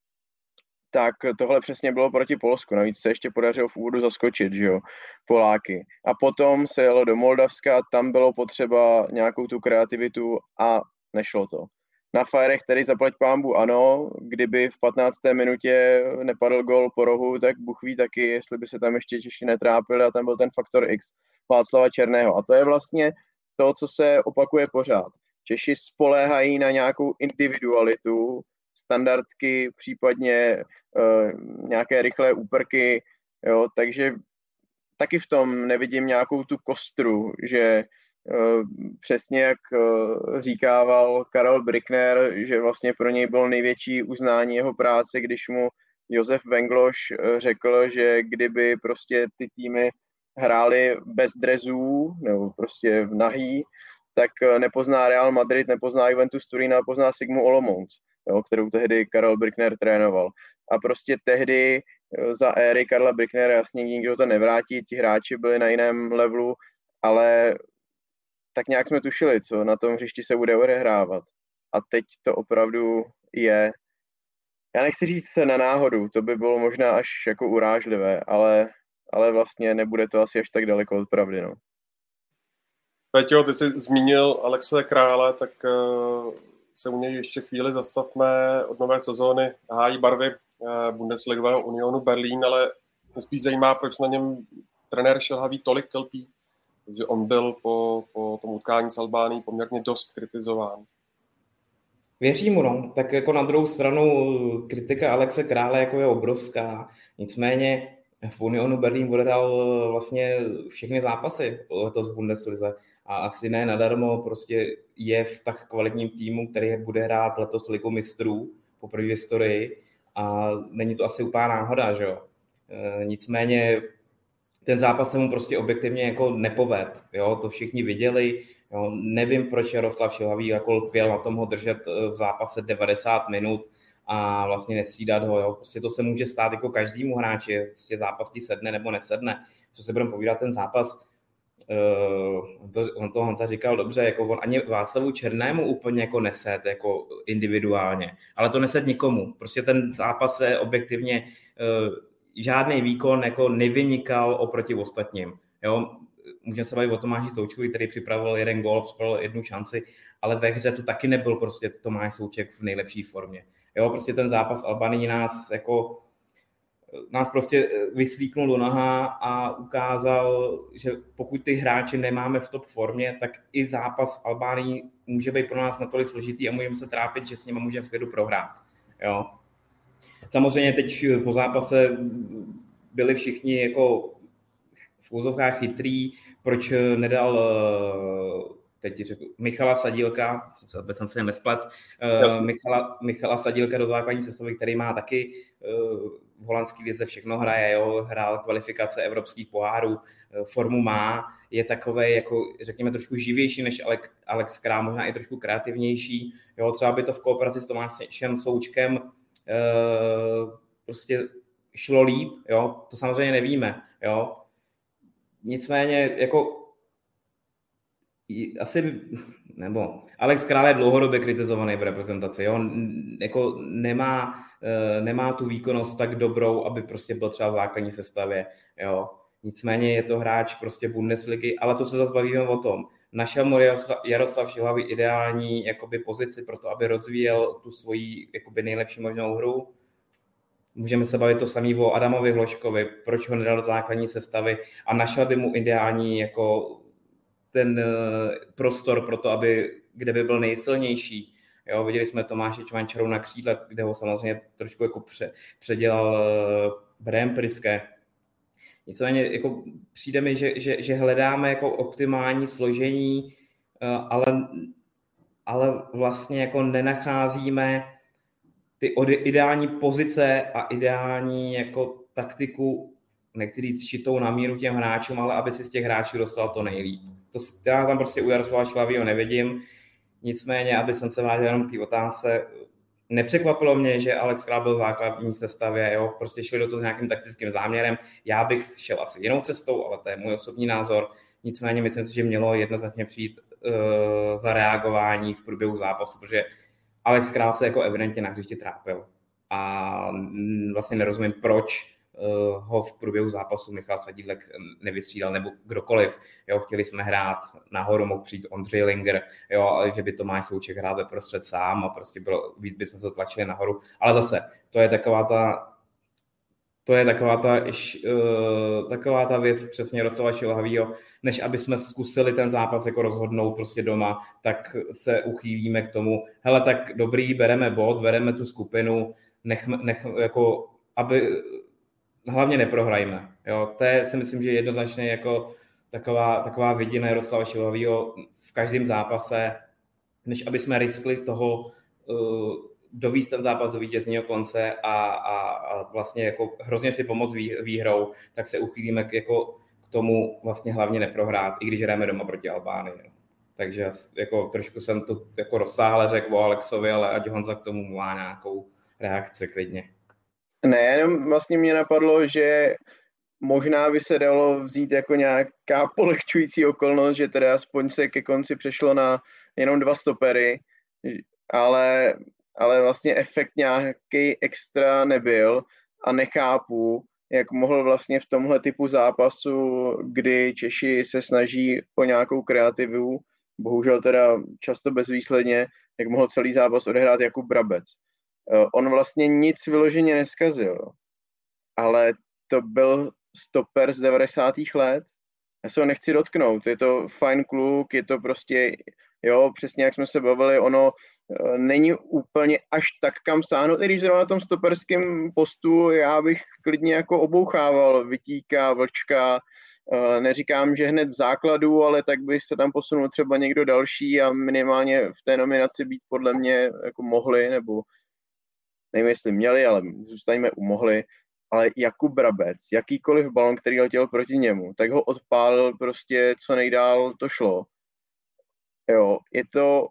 tak tohle přesně bylo proti Polsku. Navíc se ještě podařilo v úvodu zaskočit, že jo, Poláky. A potom se jelo do Moldavska, tam bylo potřeba nějakou tu kreativitu a nešlo to. Na Fajerech, který zaplať pánbu, ano, kdyby v patnácté minutě nepadl gol po rohu, tak Bůh ví taky, jestli by se tam ještě Češi netrápili a tam byl ten faktor X Václava Černého. A to je vlastně to, co se opakuje pořád. Češi spoléhají na nějakou individualitu, standardky, případně uh, nějaké rychlé úprky, jo, takže taky v tom nevidím nějakou tu kostru, že uh, přesně jak uh, říkával Karel Brickner, že vlastně pro něj bylo největší uznání jeho práce, když mu Josef Vengloš uh, řekl, že kdyby prostě ty týmy hrály bez drezů, nebo prostě v nahý, tak uh, nepozná Real Madrid, nepozná Juventus Turín, ale pozná Sigmu Olomouc, jo, kterou tehdy Karel Brickner trénoval. A prostě tehdy za éry Karla Bricknera jasně nikdo to nevrátí, ti hráči byli na jiném levelu, ale tak nějak jsme tušili, co na tom hřišti se bude odehrávat. A teď to opravdu je, já nechci říct na náhodu, to by bylo možná až jako urážlivé, ale, ale vlastně nebude to asi až tak daleko od pravdy. No. Peťo, ty jsi zmínil Alexe Krále, tak uh, se u něj ještě chvíli zastavme. Od nové sezóny hájí barvy uh, Bundesligového Unionu Berlín, ale mě spíš zajímá, proč na něm trenér Šilhavý tolik lpí. Takže on byl po, po tom utkání s Albánií poměrně dost kritizován. Věřím mu, no. Tak jako na druhou stranu kritika Alexe Krále jako je obrovská. Nicméně v Unionu Berlín odehrál vlastně všechny zápasy letos v Bundeslize. A asi ne nadarmo prostě je v tak kvalitním týmu, který bude hrát letos Ligu mistrů po první historii. A není to asi úplná náhoda, že jo. E, nicméně ten zápas se mu prostě objektivně jako nepoved. Jo? To všichni viděli. Jo? Nevím, proč Jaroslav Šilhavý jako lpěl na tom ho držet v zápase devadesát minut a vlastně nestřídat ho. Jo? Prostě to se může stát jako každému hráči. Prostě zápas ti sedne nebo nesedne. Co se budeme povídat, ten zápas, uh, on, to, on to Honza říkal dobře, jako on ani Václavu Černému úplně jako neset jako individuálně, ale to neset nikomu. Prostě ten zápas se objektivně uh, žádný výkon jako nevynikal oproti ostatním. Jo? Můžeme se bavit o Tomáši Součkovi, který připravil jeden gól, připravil jednu šanci, ale ve hře to taky nebyl prostě Tomáš Souček v nejlepší formě. Jo? Prostě ten zápas Albánii nás jako nás prostě vysvíknul do noha a ukázal, že pokud ty hráči nemáme v top formě, tak i zápas Albánii může být pro nás natolik složitý a můžeme se trápit, že s nimi můžeme v klidu prohrát. Jo? Samozřejmě teď po zápase byli všichni jako v úzovkách chytrý, proč nedal teď řekl, Michala Sadílka, vůbec jsem se nesplet, Michala, Michala Sadílka do základní sestavy, který má taky v holandské lize všechno hraje, jo, hrál kvalifikace evropských pohárů, formu má, je takovej, jako řekněme, trošku živější než Alex, Alex Král, možná i trošku kreativnější, jo, třeba by to v kooperaci s Tomášem Součkem prostě šlo líp, jo, to samozřejmě nevíme, jo. Nicméně, jako asi, nebo Alex Král je dlouhodobě kritizovaný v reprezentaci, jo, jako nemá, nemá tu výkonnost tak dobrou, aby prostě byl třeba v základní sestavě, jo. Nicméně je to hráč prostě Bundesligy, ale to se zase bavíme o tom. Našel mu Jaroslav Šilhavý ideální jakoby pozici pro to, aby rozvíjel tu svoji jakoby nejlepší možnou hru. Můžeme se bavit to samý o Adamovi Hloškovi, proč ho nedal do základní sestavy a našel by mu ideální jako ten prostor pro to, aby, kde by byl nejsilnější. Jo, viděli jsme Tomáše Čvančaru na křídle, kde ho samozřejmě trošku jako pře, předělal Brian Priske. Nicméně jako přijde mi, že, že, že hledáme jako optimální složení, ale, ale vlastně jako nenacházíme ty ideální pozice a ideální jako taktiku, nechci říct šitou na míru těm hráčům, ale aby si z těch hráčů dostal to nejlíp. To já tam prostě u Jaroslava Šilhavýho nevidím, nicméně, aby jsem se vrátil jenom k té otázce, nepřekvapilo mě, že Alex Král byl v základní sestavě, jo, prostě šli do toho s nějakým taktickým záměrem, já bych šel asi jinou cestou, ale to je můj osobní názor, nicméně myslím si, že mělo jednoznačně přijít uh, zareagování v průběhu zápasu, protože Alex Král se jako evidentně na hřišti trápil. A vlastně nerozumím, proč ho v průběhu zápasu Michal Sadílek nevystřídal nebo kdokoliv. Jo, chtěli jsme hrát nahoru, mohl přijít Ondřej Linger, jo, že by Tomáš Souček hrál ve prostřed sám a prostě bylo, víc bychom se tlačili nahoru. Ale zase, to je taková ta to je taková ta, iš, uh, taková ta věc přesně Jaroslava Šilhavýho, než aby jsme zkusili ten zápas jako rozhodnout prostě doma, tak se uchýlíme k tomu, hele, tak dobrý, bereme bod, bereme tu skupinu, nech, nech jako, aby hlavně neprohrajme. Jo? To je, si myslím, že jednoznačně jako taková, taková vidina Jaroslava Šilhavýho v každém zápase, než aby jsme riskli toho uh, dovízt ten zápas do vítězního konce a, a, a vlastně jako hrozně si pomoct vý, výhrou, tak se uchýlíme k, jako k tomu vlastně hlavně neprohrát, i když hrajeme doma proti Albánii. Takže jako trošku jsem to jako rozsáhle řekl o Alexovi, ale ať Honza k tomu má nějakou reakci klidně. Ne, jenom vlastně mě napadlo, že možná by se dalo vzít jako nějaká polehčující okolnost, že teda aspoň se ke konci přešlo na jenom dva stopery, ale, ale vlastně efekt nějaký extra nebyl a nechápu, jak mohl vlastně v tomhle typu zápasu, kdy Češi se snaží o nějakou kreativu, bohužel teda často bezvýsledně, jak mohl celý zápas odehrát Jakub Brabec. On vlastně nic vyloženě neskazil, ale to byl stoper z devadesátých let. Já se ho nechci dotknout, je to fajn kluk, je to prostě, jo, přesně jak jsme se bavili, ono není úplně až tak kam sáhnout, i když zrovna na tom stoperském postu já bych klidně jako obouchával Vytíka, Vlčka, neříkám, že hned v základu, ale tak by se tam posunul třeba někdo další a minimálně v té nominaci být podle mě jako mohli, nebo nevím, jestli měli, ale zůstaňme u mohli, ale Jakub Brabec, jakýkoliv balon, který letěl proti němu, tak ho odpálil prostě co nejdál to šlo. Jo, je to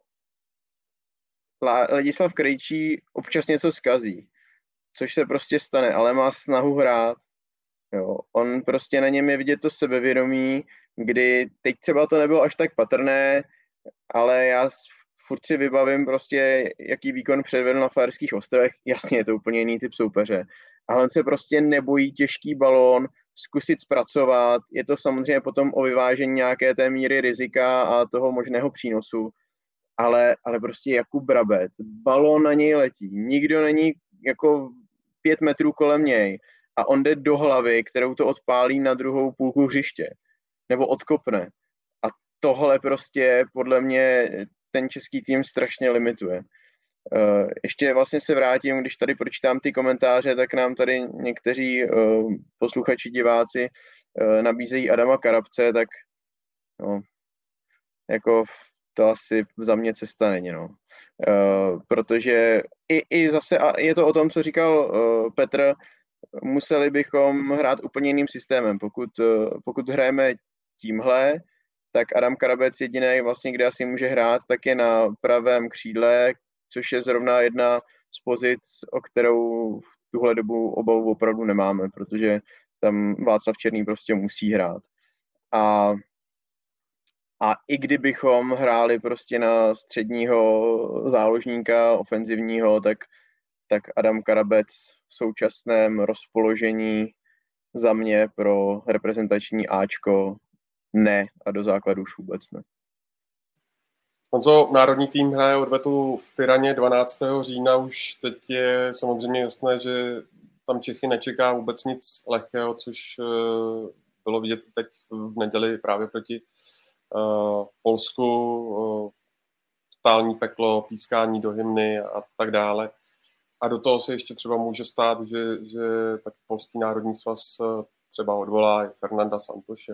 Ladislav Krejčí občas něco zkazí, což se prostě stane, ale má snahu hrát. Jo, on prostě na něm je vidět to sebevědomí, kdy teď třeba to nebylo až tak patrné, ale já furt si vybavím prostě, jaký výkon předvedl na Faerských ostrovech. Jasně, je to úplně jiný typ soupeře. Ale on se prostě nebojí těžký balón zkusit zpracovat. Je to samozřejmě potom o vyvážení nějaké té míry rizika a toho možného přínosu. Ale, ale prostě Jakub Brabec, balón na něj letí. Nikdo není jako pět metrů kolem něj. A on jde do hlavy, kterou to odpálí na druhou půlku hřiště. Nebo odkopne. A tohle prostě podle mě ten český tým strašně limituje. Uh, ještě vlastně se vrátím, když tady pročítám ty komentáře, tak nám tady někteří uh, posluchači, diváci uh, nabízejí Adama Karabce, tak no, jako to asi za mě cesta není, no. Uh, protože i, i zase, a je to o tom, co říkal uh, Petr, museli bychom hrát úplně jiným systémem. Pokud, uh, pokud hrajeme tímhle, tak Adam Karabec jediný vlastně, kde asi může hrát, tak je na pravém křídle, což je zrovna jedna z pozic, o kterou v tuhle dobu obavu opravdu nemáme, protože tam Václav Černý prostě musí hrát. A, a i kdybychom hráli prostě na středního záložníka ofenzivního, tak, tak Adam Karabec v současném rozpoložení za mě pro reprezentační Ačko ne a do základu už vůbec ne. Honzo, národní tým hraje odvetu v Tyraně dvanáctého října, už teď je samozřejmě jasné, že tam Čechy nečeká vůbec nic lehkého, což bylo vidět teď v neděli právě proti uh, Polsku, uh, totální peklo, pískání do hymny a tak dále. A do toho se ještě třeba může stát, že, že tak Polský národní svaz třeba odvolá Fernanda Santoše.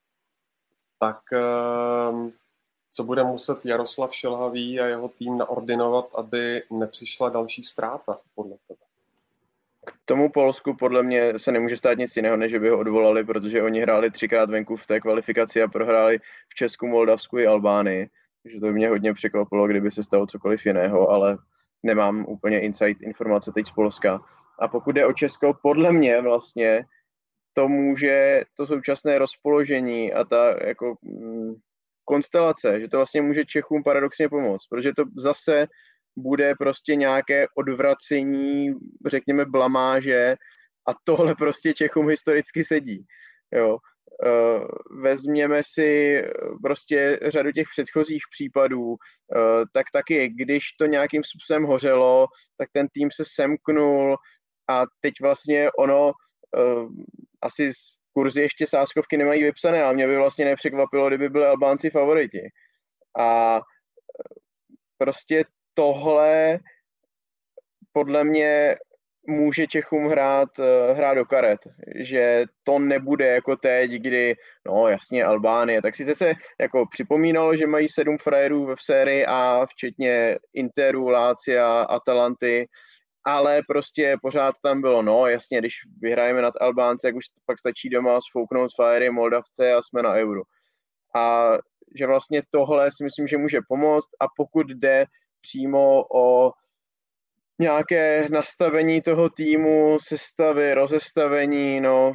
Tak uh, co bude muset Jaroslav Šilhavý a jeho tým naordinovat, aby nepřišla další ztráta, podle tebe? K tomu Polsku podle mě se nemůže stát nic jiného, než by ho odvolali, protože oni hráli třikrát venku v té kvalifikaci a prohráli v Česku, Moldavsku i Albánii. Takže to by mě hodně překvapilo, kdyby se stalo cokoliv jiného, ale nemám úplně insight informace teď z Polska. A pokud jde o Česko, podle mě vlastně to může to současné rozpoložení a ta jako konstelace, že to vlastně může Čechům paradoxně pomoct, protože to zase bude prostě nějaké odvracení, řekněme blamáže, a tohle prostě Čechům historicky sedí. Jo. Vezměme si prostě řadu těch předchozích případů, tak taky, když to nějakým způsobem hořelo, tak ten tým se semknul a teď vlastně ono, asi kurzy ještě sázkovky nemají vypsané, ale mě by vlastně nepřekvapilo, kdyby byli Albánci favoriti. A prostě tohle podle mě může Čechům hrát, hrát do karet, že to nebude jako teď, kdy, no jasně, Albánie, tak sice se jako připomínalo, že mají sedm frajerů v sérii A, včetně Interu, Lácia, Atalanty, ale prostě pořád tam bylo, no jasně, když vyhrajeme nad Albánce, jak už pak stačí doma sfouknout frajery Moldavce a jsme na euro. A že vlastně tohle si myslím, že může pomoct, a pokud jde přímo o nějaké nastavení toho týmu, sestavy, rozestavení, no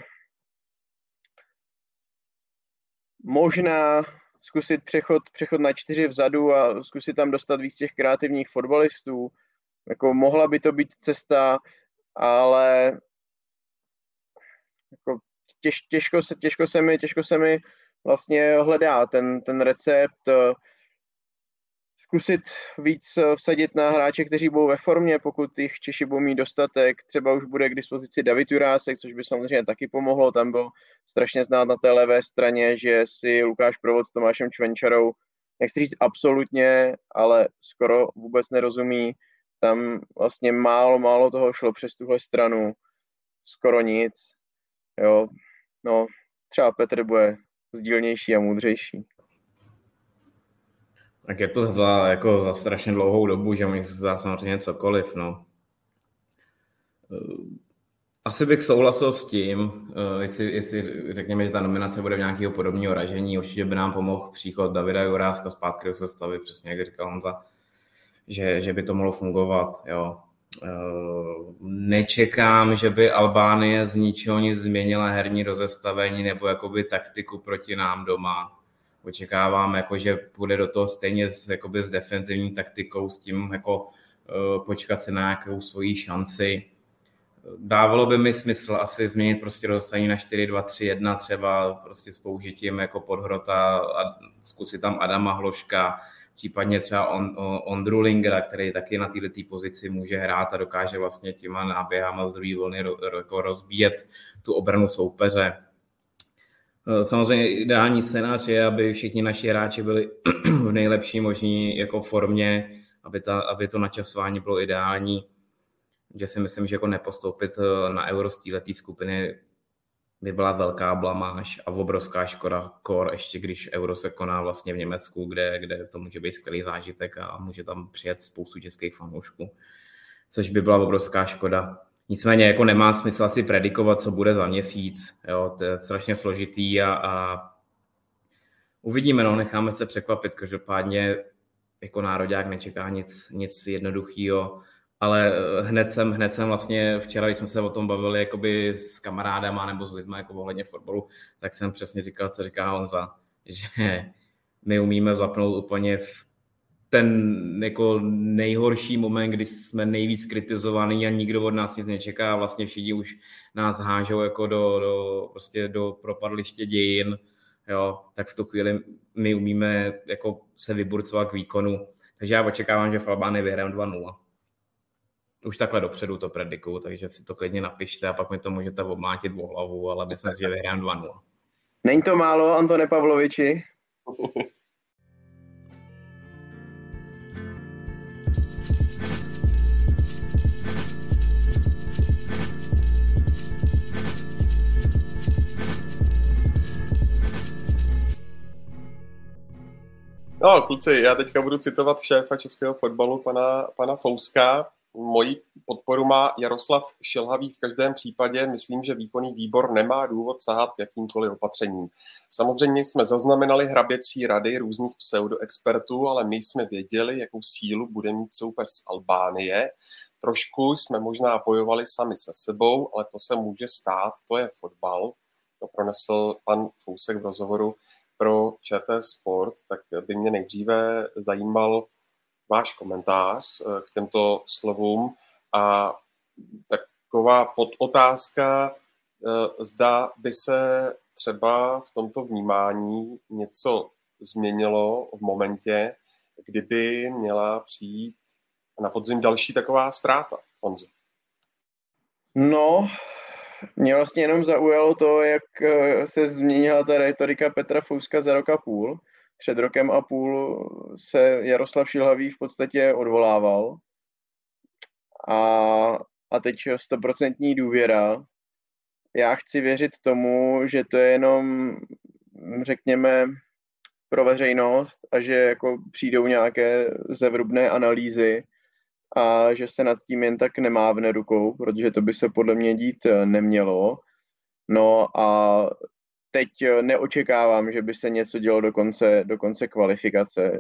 možná zkusit přechod, přechod na čtyři vzadu a zkusit tam dostat víc těch kreativních fotbalistů. Jako mohla by to být cesta, ale jako těž, těžko, se, těžko, se mi, těžko se mi vlastně hledá ten, ten recept. Zkusit víc vsadit na hráče, kteří budou ve formě, pokud jich Češi budou mít dostatek. Třeba už bude k dispozici David Jurásek, což by samozřejmě taky pomohlo. Tam byl strašně znát na té levé straně, že si Lukáš Provod s Tomášem Čvenčarou, nechci říct absolutně, ale skoro vůbec nerozumí. Tam vlastně málo, málo toho šlo přes tuhle stranu. Skoro nic. Jo. No, třeba Petr bude sdílnější a moudřejší. Tak je to za, jako za strašně dlouhou dobu, že mi se dá samozřejmě cokoliv, no. Asi bych souhlasil s tím, jestli, jestli řekněme, že ta nominace bude v nějakého podobného ražení, určitě by nám pomohl příchod Davida Juráska zpátky do sestavy, přesně jak říkal Honza, že, že by to mohlo fungovat, jo. Nečekám, že by Albánie z ničeho nic změnila herní rozestavení nebo jakoby taktiku proti nám doma. Očekávám, jako, že půjde do toho stejně s, jakoby, s defenzivní taktikou, s tím jako, uh, počkat se na nějakou svoji šanci. Dávalo by mi smysl asi změnit prostě rozstavení na čtyři dva tři jedna třeba prostě s použitím jako Podhrota a zkusit tam Adama Hloška, případně třeba on, on, Ondru Lingera, který taky na této pozici může hrát a dokáže vlastně těma náběhama z druhé vlny ro, jako rozbíjet tu obranu soupeře. Samozřejmě ideální scénář je, aby všichni naši hráči byli v nejlepší možný jako formě, aby, ta, aby to načasování bylo ideální, že si myslím, že jako nepostoupit na Euro z této skupiny by byla velká blamáž a obrovská škoda kor, ještě když Euro se koná vlastně v Německu, kde, kde to může být skvělý zážitek a může tam přijet spoustu českých fanoušků, což by byla obrovská škoda. Nicméně jako nemá smysl asi predikovat, co bude za měsíc. Jo, to je strašně složitý a, a uvidíme, no, necháme se překvapit. Každopádně jako nároďák nečeká nic, nic jednoduchýho, ale hned jsem, hned jsem vlastně včera, když jsme se o tom bavili jakoby s kamarádama nebo s lidmi jako ohledně fotbalu, tak jsem přesně říkal, co říká Honza, že my umíme zapnout úplně v ten jako nejhorší moment, kdy jsme nejvíc kritizovaný a nikdo od nás nic nečeká a vlastně všichni už nás hážou jako do, do, prostě do propadliště dějin, jo, tak v tu chvíli my umíme jako se vyburcovat k výkonu. Takže já očekávám, že v Albánii vyhrajeme dva nula. Už takhle dopředu to predikuju, takže si to klidně napište a pak mi to můžete obmátit o hlavu, ale myslím si, že vyhrajeme dva nula. Není to málo, Antone Pavloviči? No, kluci, já teďka budu citovat šéfa českého fotbalu, pana, pana Fouska. Moji podporu má Jaroslav Šilhavý v každém případě. Myslím, že výkonný výbor nemá důvod sahat k jakýmkoliv opatřením. Samozřejmě jsme zaznamenali hraběcí rady různých pseudoexpertů, ale my jsme věděli, jakou sílu bude mít soupeř z Albánie. Trošku jsme možná bojovali sami se sebou, ale to se může stát, to je fotbal. To pronesl pan Fousek v rozhovoru pro ČT Sport, tak by mě nejdříve zajímal váš komentář k těmto slovům a taková podotázka, zda by se třeba v tomto vnímání něco změnilo v momentě, kdyby měla přijít na podzim další taková ztráta, Honzo. No, mě vlastně jenom zaujalo to, jak se změnila ta retorika Petra Fouska za rok a půl. Před rokem a půl se Jaroslav Šilhavý v podstatě odvolával a, a teď stoprocentní důvěra. Já chci věřit tomu, že to je jenom, řekněme, pro veřejnost a že jako přijdou nějaké zevrubné analýzy a že se nad tím jen tak nemávne rukou, protože to by se podle mě dít nemělo. No a teď neočekávám, že by se něco dělo do konce, do konce kvalifikace.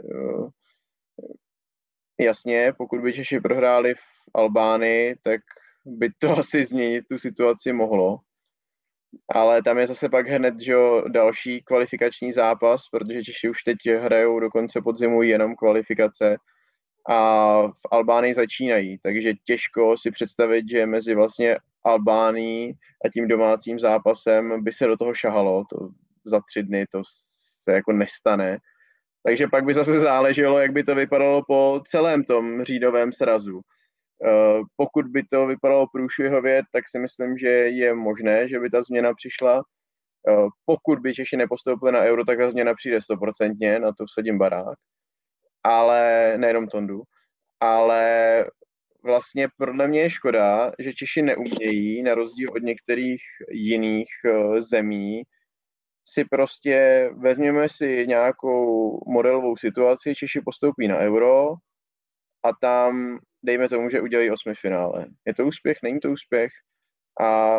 Jasně, pokud by Češi prohráli v Albánii, tak by to asi změnit tu situaci mohlo. Ale tam je zase pak hned, že další kvalifikační zápas, protože Češi už teď hrajou do konce podzimu jenom kvalifikace a v Albánii začínají, takže těžko si představit, že mezi vlastně Albánií a tím domácím zápasem by se do toho šahalo, to za tři dny to se jako nestane. Takže pak by zase záleželo, jak by to vypadalo po celém tom řídovém srazu. Pokud by to vypadalo průšvihově, tak si myslím, že je možné, že by ta změna přišla. Pokud by Češi nepostoupili na Euro, tak ta změna přijde stoprocentně, na to vsadím barák. Ale nejenom Tondu. Ale vlastně podle mě je škoda, že Češi neumějí, na rozdíl od některých jiných zemí, si prostě vezměme si nějakou modelovou situaci, Češi postoupí na Euro a tam dejme tomu, že udělají osmifinále. Je to úspěch? Není to úspěch? A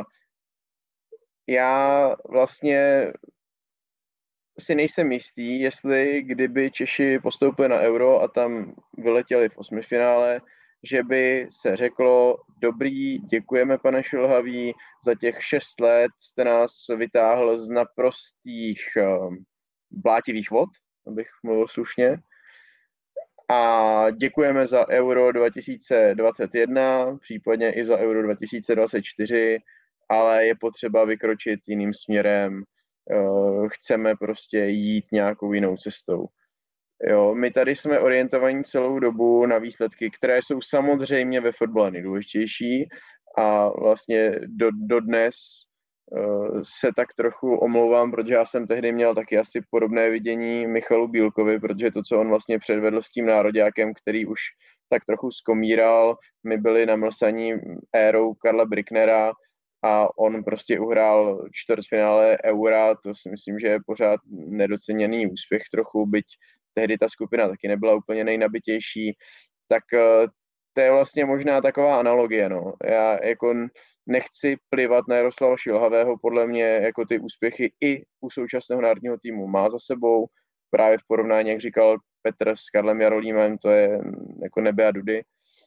já vlastně si nejsem jistý, jestli kdyby Češi postoupili na Euro a tam vyletěli v osmifinále, že by se řeklo, dobrý, děkujeme pane Šilhavý, za těch šest let jste nás vytáhl z naprostých um, blátivých vod, abych mluvil slušně, a děkujeme za Euro dva tisíce dvacet jedna, případně i za Euro dva tisíce dvacet čtyři, ale je potřeba vykročit jiným směrem, chceme prostě jít nějakou jinou cestou. Jo, my tady jsme orientovaní celou dobu na výsledky, které jsou samozřejmě ve fotbale nejdůležitější a vlastně do, dodnes uh, se tak trochu omlouvám, protože já jsem tehdy měl taky asi podobné vidění Michalu Bílkovi, protože to, co on vlastně předvedl s tím nároďákem, který už tak trochu skomíral, my byli namlsaní érou Karla Bricknera a on prostě uhrál čtvrtfinále Eura, to si myslím, že je pořád nedoceněný úspěch trochu, byť tehdy ta skupina taky nebyla úplně nejnabitější, tak to je vlastně možná taková analogie, no. Já jako nechci plivat na Jaroslava Šilhavého, podle mě jako ty úspěchy i u současného národního týmu má za sebou, právě v porovnání, jak říkal Petr s Karlem Jarolímem, to je jako nebe a dudy,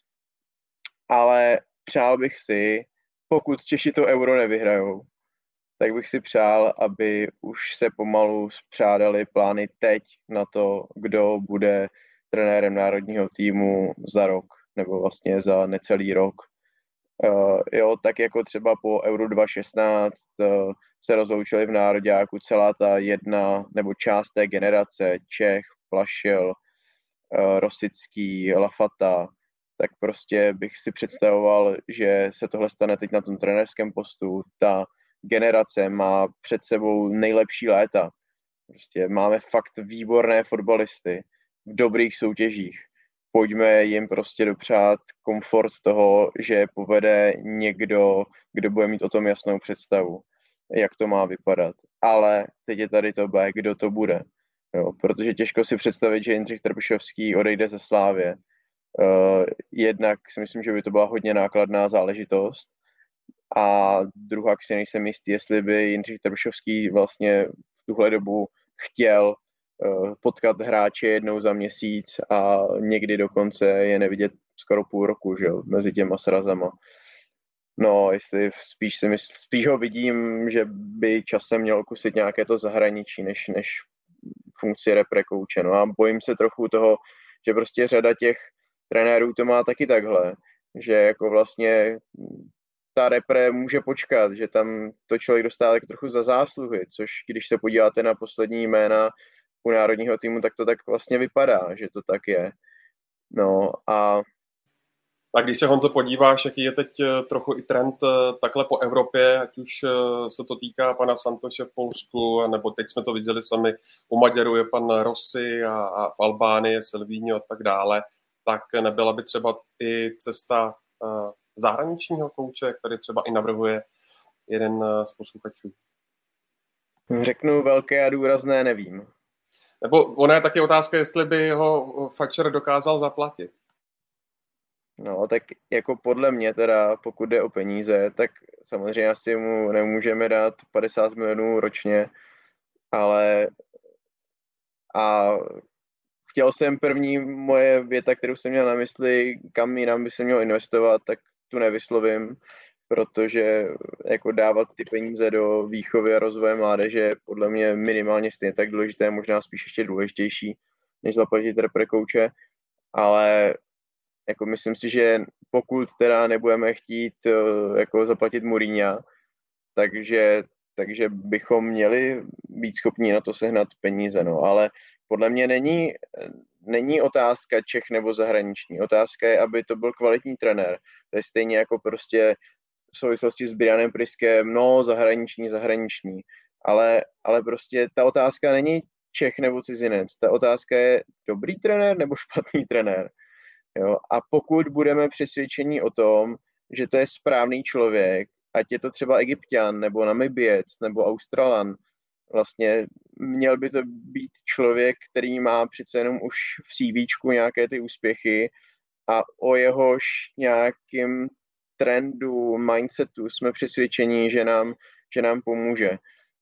ale přál bych si, pokud Češi to Euro nevyhrajou, tak bych si přál, aby už se pomalu spřádali plány teď na to, kdo bude trenérem národního týmu za rok, nebo vlastně za necelý rok. Uh, jo, tak jako třeba po Euro dva tisíce šestnáct uh, se rozloučili v nároďáku celá ta jedna nebo část té generace, Čech, Plašil, uh, Rosický, Lafata, tak prostě bych si představoval, že se tohle stane teď na tom trenérském postu. Ta generace má před sebou nejlepší léta. Prostě máme fakt výborné fotbalisty v dobrých soutěžích. Pojďme jim prostě dopřát komfort toho, že povede někdo, kdo bude mít o tom jasnou představu, jak to má vypadat. Ale teď je tady to B, kdo to bude. Jo, protože těžko si představit, že Jindřich Trpišovský odejde ze Slávie. Uh, jednak si myslím, že by to byla hodně nákladná záležitost. A druhá si nejsem jistý, jestli by Jindřich Trpišovský vlastně v tuhle dobu chtěl uh, potkat hráče jednou za měsíc a někdy dokonce je nevidět skoro půl roku, že jo, mezi těma srazama. No, jestli spíš, si mysl, spíš ho vidím, že by časem měl okusit nějaké to zahraničí, než, než funkci repre kouče. No a bojím se trochu toho, že prostě řada těch trenérů to má taky takhle, že jako vlastně ta repre může počkat, že tam to člověk dostává tak trochu za zásluhy, což když se podíváte na poslední jména u národního týmu, tak to tak vlastně vypadá, že to tak je. No a A když se, Honzo, podíváš, jaký je teď trochu i trend takhle po Evropě, ať už se to týká pana Santoše v Polsku, nebo teď jsme to viděli sami, u Maďarů je pan Rossi a, a v Albánii Silvino a tak dále, tak nebyla by třeba i cesta uh, zahraničního kouče, jak tady třeba i navrhuje jeden z posluchačů? Řeknu velké a důrazné, nevím. Nebo ona je taky otázka, jestli by ho Fatcher dokázal zaplatit. No, tak jako podle mě teda, pokud jde o peníze, tak samozřejmě asi mu nemůžeme dát padesát milionů ročně, ale a chtěl jsem první moje věta, kterou jsem měl na mysli, kam jinam by se měl investovat, tak tu nevyslovím, protože jako dávat ty peníze do výchovy a rozvoje mládeže podle mě minimálně stejně tak důležité, možná spíš ještě důležitější, než zaplatit repre kouče, ale jako myslím si, že pokud teda nebudeme chtít jako zaplatit Mourinha, takže, takže bychom měli být schopni na to sehnat peníze, no, ale podle mě není, není otázka Čech nebo zahraniční. Otázka je, aby to byl kvalitní trenér. To je stejně jako prostě v souvislosti s Brianem Priskem, no zahraniční, zahraniční. Ale, ale prostě ta otázka není Čech nebo cizinec. Ta otázka je dobrý trenér nebo špatný trenér. Jo? A pokud budeme přesvědčení o tom, že to je správný člověk, ať je to třeba Egypťan, nebo Namibiec, nebo Australan, vlastně měl by to být člověk, který má přece jenom už v CVčku nějaké ty úspěchy a o jehož nějakým trendu, mindsetu jsme přesvědčení, že nám, že nám pomůže.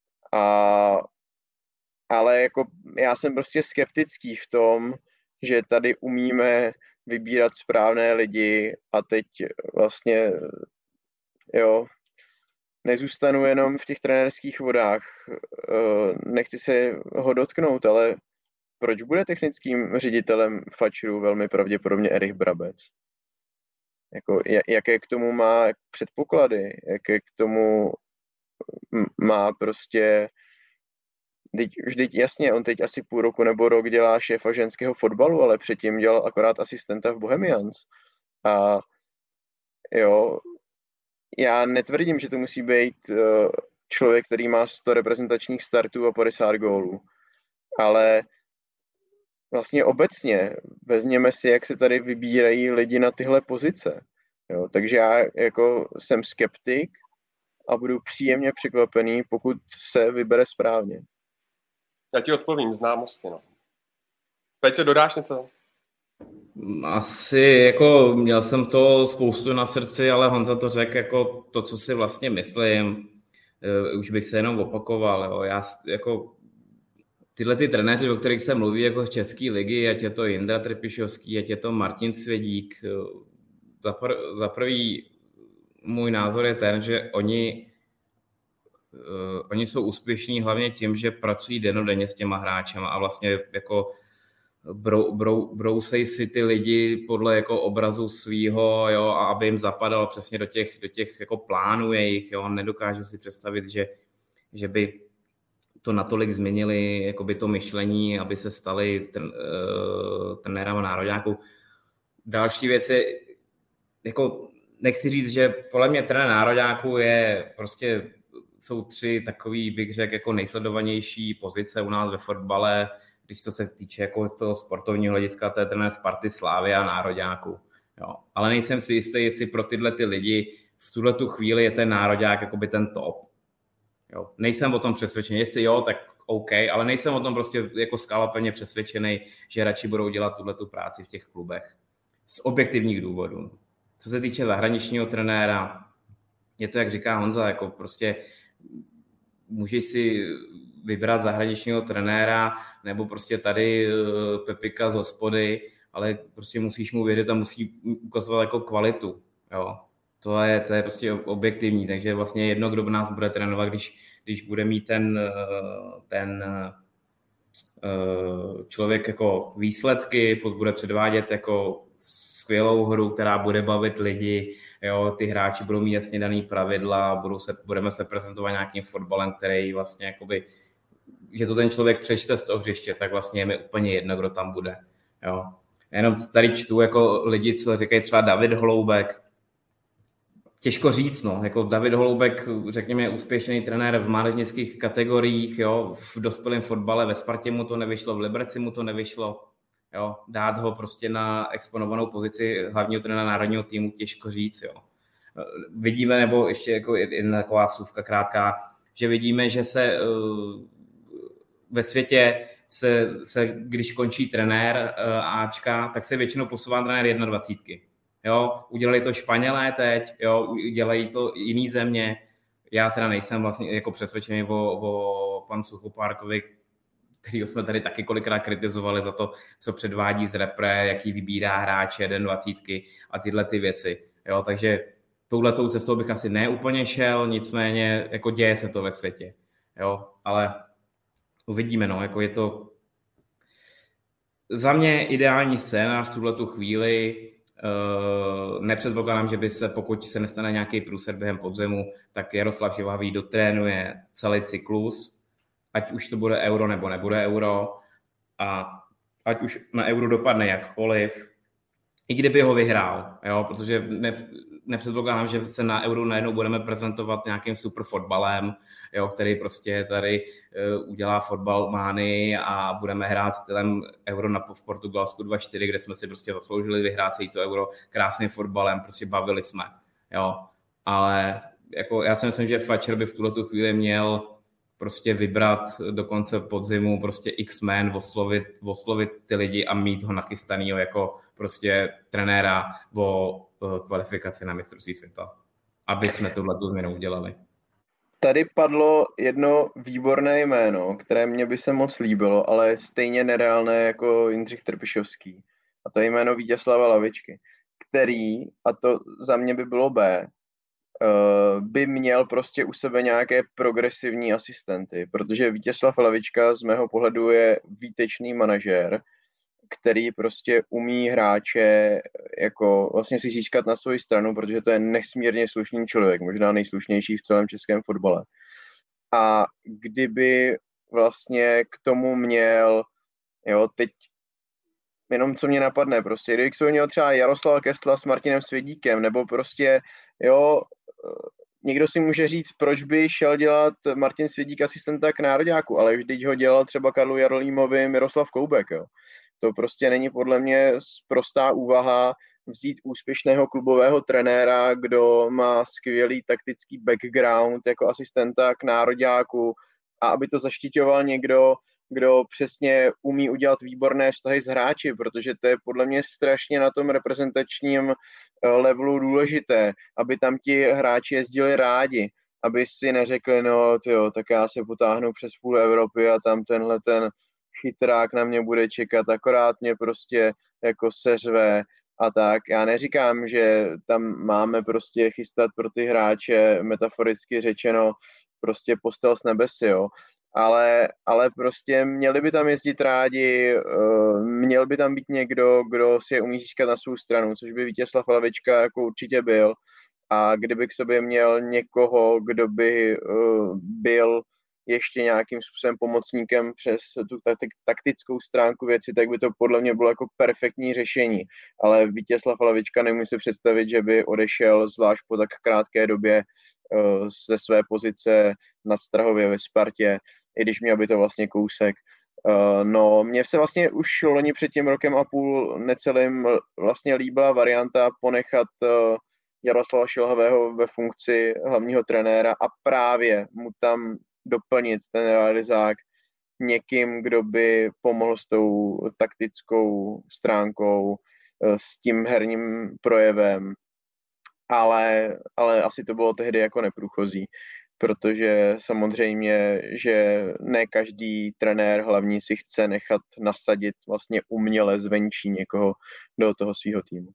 A, ale jako já jsem prostě skeptický v tom, že tady umíme vybírat správné lidi a teď vlastně, jo, nezůstanu jenom v těch trenérských vodách. Nechci se ho dotknout, ale proč bude technickým ředitelem Fatcheru velmi pravděpodobně Erich Brabec? Jako, jaké k tomu má předpoklady, jaké k tomu má prostě... Teď, vždyť jasně, on teď asi půl roku nebo rok dělá šéfa ženského fotbalu, ale předtím dělal akorát asistenta v Bohemians. A jo, já netvrdím, že to musí být člověk, který má sto reprezentačních startů a padesát gólů, ale vlastně obecně vezměme si, jak se tady vybírají lidi na tyhle pozice. Jo, takže já jako jsem skeptik a budu příjemně překvapený, pokud se vybere správně. Já ti odpovím, známosti, no. Peťo, dodáš něco? Asi, jako měl jsem to spoustu na srdci, ale Honza to řekl jako to, co si vlastně myslím. Už bych se jenom opakoval, jo. Já jako tyhle ty trenéři, o kterých se mluví jako z České ligy, ať je to Jindra Trpišovský, ať je to Martin Svědík, za, pr- za prvý můj názor je ten, že oni Uh, oni jsou úspěšní hlavně tím, že pracují dennodenně s těma hráčema a vlastně jako brou, brou, brousej si ty lidi podle jako obrazu svýho, jo, a aby jim zapadalo přesně do těch, do těch jako plánů jejich, jo, nedokážu si představit, že, že by to natolik změnili jakoby to myšlení, aby se stali ten, uh, trenérama národňáků. Další věc je, jako nechci říct, že podle mě trenér národňáků je prostě jsou tři takový, bych řekl, jako nejsledovanější pozice u nás ve fotbale, když to se týče jako toho sportovního hlediska, to je trenér Sparty, Slávy a nároďáků. Jo. Ale nejsem si jistý, jestli pro tyhle ty lidi v tuhle tu chvíli je ten nároďák jakoby ten top. Jo. Nejsem o tom přesvědčený, jestli jo, tak OK, ale nejsem o tom prostě jako skalaplně přesvědčený, že radši budou dělat tuhletu práci v těch klubech. Z objektivních důvodů. Co se týče zahraničního trenéra, je to, jak říká Honza, jako prostě můžeš si vybrat zahraničního trenéra nebo prostě tady Pepika z hospody, ale prostě musíš mu věřit a musí ukazovat jako kvalitu. Jo. To je, to je prostě objektivní, takže vlastně jedno, kdo nás bude trénovat, když, když bude mít ten, ten člověk jako výsledky, bude předvádět jako skvělou hru, která bude bavit lidi, jo, ty hráči budou mít jasně daný pravidla, budou se, budeme se prezentovat nějakým fotbalem, který vlastně jakoby, že to ten člověk přečte z toho hřiště, tak vlastně je mi úplně jedno, kdo tam bude. Jo. Jenom tady čtu jako lidi, co říkají třeba David Holoubek. Těžko říct, no. Jako David Holoubek, řekněme, úspěšný trenér v mládežnických kategoriích, jo, v dospělém fotbale, ve Spartě mu to nevyšlo, v Liberci mu to nevyšlo. Jo, dát ho prostě na exponovanou pozici hlavního trenéra národního týmu, těžko říct. Jo. Vidíme, nebo ještě jako jedna taková vsuvka krátká, že vidíme, že se uh, ve světě se, se, když končí trenér uh, Ačka, tak se většinou posouvá trenér dvacítky. Jo, udělali to Španělé teď, jo, dělají to jiný země. Já teda nejsem vlastně jako přesvědčený o, o panu Suchopárkovi, kterýho jsme tady taky kolikrát kritizovali za to, co předvádí z repre, jaký vybírá hráče, dvacítky a tyhle ty věci. Jo, takže touhletou cestou bych asi neúplně šel, nicméně jako děje se to ve světě. Jo, ale uvidíme, no, jako je to za mě ideální scénář v tuhletu chvíli. Uh, nepředpokládám, že by se, pokud se nestane nějaký průser během podzimu, tak Jaroslav Žilhavý dotrénuje celý cyklus, ať už to bude euro nebo nebude euro, a ať už na euro dopadne jakkoliv, i kdyby ho vyhrál, jo, protože ne, nepředpokládám, že se na euro najednou budeme prezentovat nějakým super fotbalem, jo, který prostě tady uh, udělá fotbal mány a budeme hrát stylem euro na, v Portugalsku dva čtyři, kde jsme si prostě zasloužili vyhrát si to euro krásným fotbalem, prostě bavili jsme, jo, ale jako já si myslím, že Fatcher by v tuto chvíli měl prostě vybrat do konce podzimu prostě X-Men, oslovit, oslovit ty lidi a mít ho nachystanýho jako prostě trenéra o kvalifikaci na mistrovství světa, aby jsme tuhle změnu udělali. Tady padlo jedno výborné jméno, které mě by se moc líbilo, ale stejně nereálné jako Jindřich Trpišovský. A to je jméno Vítězslava Lavičky, který, a to za mě by bylo B, by měl prostě u sebe nějaké progresivní asistenty, protože Vítězslav Lavička z mého pohledu je výtečný manažér, který prostě umí hráče jako vlastně si získat na svou stranu, protože to je nesmírně slušný člověk, možná nejslušnější v celém českém fotbale. A kdyby vlastně k tomu měl, jo, teď jenom co mě napadne, prostě, kdyby k tomu měl třeba Jaroslava Kestla s Martinem Svědíkem, nebo prostě, jo, někdo si může říct, proč by šel dělat Martin Svědík asistenta k nároďáku, ale vždyť ho dělal třeba Karlu Jarolímovi Miroslav Koubek, jo. To prostě není podle mě prostá úvaha vzít úspěšného klubového trenéra, kdo má skvělý taktický background jako asistenta k nároďáku, a aby to zaštiťoval někdo, kdo přesně umí udělat výborné vztahy s hráči, protože to je podle mě strašně na tom reprezentačním levelu důležité, aby tam ti hráči jezdili rádi, aby si neřekli, no tyjo, tak já se potáhnu přes půl Evropy a tam tenhle ten chytrák na mě bude čekat, akorát mě prostě jako seřve a tak. Já neříkám, že tam máme prostě chystat pro ty hráče, metaforicky řečeno, prostě postel s nebesy, jo. Ale, ale prostě měli by tam jezdit rádi, měl by tam být někdo, kdo si je umí získat na svou stranu, což by Vítězslav Lavička jako určitě byl. A kdyby k sobě měl někoho, kdo by byl ještě nějakým způsobem pomocníkem přes tu taktickou stránku věci, tak by to podle mě bylo jako perfektní řešení. Ale Vítězslav Lavička nemůže si představit, že by odešel zvlášť po tak krátké době ze své pozice na Strahově ve Spartě, i když měl by to vlastně kousek. No, mně se vlastně už loni před tím rokem a půl necelým vlastně líbila varianta ponechat Jaroslava Šilhavého ve funkci hlavního trenéra a právě mu tam doplnit ten realizák někým, kdo by pomohl s tou taktickou stránkou, s tím herním projevem, ale, ale asi to bylo tehdy jako neprůchozí, protože samozřejmě, že ne každý trenér hlavní si chce nechat nasadit vlastně uměle zvenčí někoho do toho svého týmu.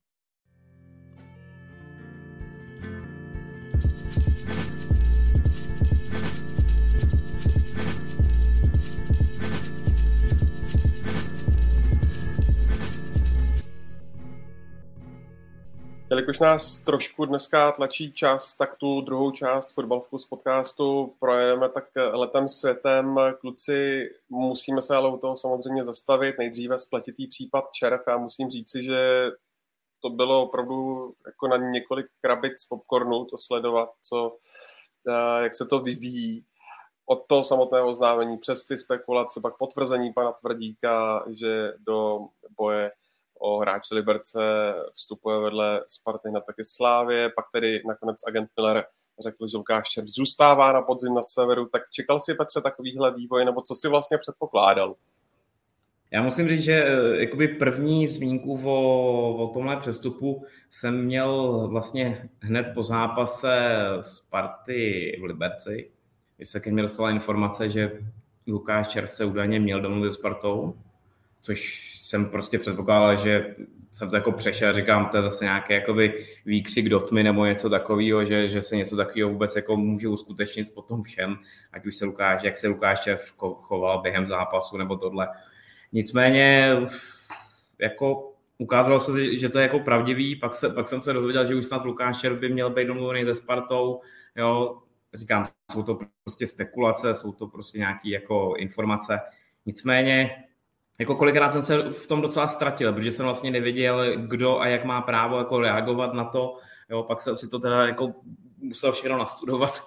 Jelikož nás trošku dneska tlačí čas, tak tu druhou část Fotbal Focus podcastu projedeme tak letem světem. Kluci, musíme se ale u toho samozřejmě zastavit. Nejdříve spletitý případ Červ. Já musím říci, že to bylo opravdu jako na několik krabic popcornu to sledovat, co, jak se to vyvíjí. Od toho samotného oznámení přes ty spekulace, pak potvrzení pana Tvrdíka, že do boje o hráče Liberce vstupuje vedle Sparty na taky Slávě, pak tedy nakonec agent Miller řekl, že Lukáš Červ zůstává na podzim na severu. Tak čekal si, Petře, takovýhle vývoj, nebo co si vlastně předpokládal? Já musím říct, že jakoby první zmínku o, o tomhle přestupu jsem měl vlastně hned po zápase Sparty v Liberci, když se ke mně dostala informace, že Lukáš Červ se údajně měl domluvit s Spartou, což jsem prostě předpokládal, že jsem to jako přešel, říkám, to je zase nějaký jakoby výkřik do tmy nebo něco takového, že, že se něco takového vůbec jako může uskutečnit po tom všem, ať už se Lukáš, jak se Lukáš Červ choval během zápasu nebo tohle. Nicméně jako ukázalo se, že to je jako pravdivý, pak, se, pak jsem se dozvěděl, že už snad Lukáš Červ by měl být domluvený se Spartou, jo, říkám, jsou to prostě spekulace, jsou to prostě nějaké jako informace, nicméně jako kolikrát jsem se v tom docela ztratil, protože jsem vlastně nevěděl, kdo a jak má právo jako reagovat na to, jo, pak jsem si to teda jako musel všechno nastudovat,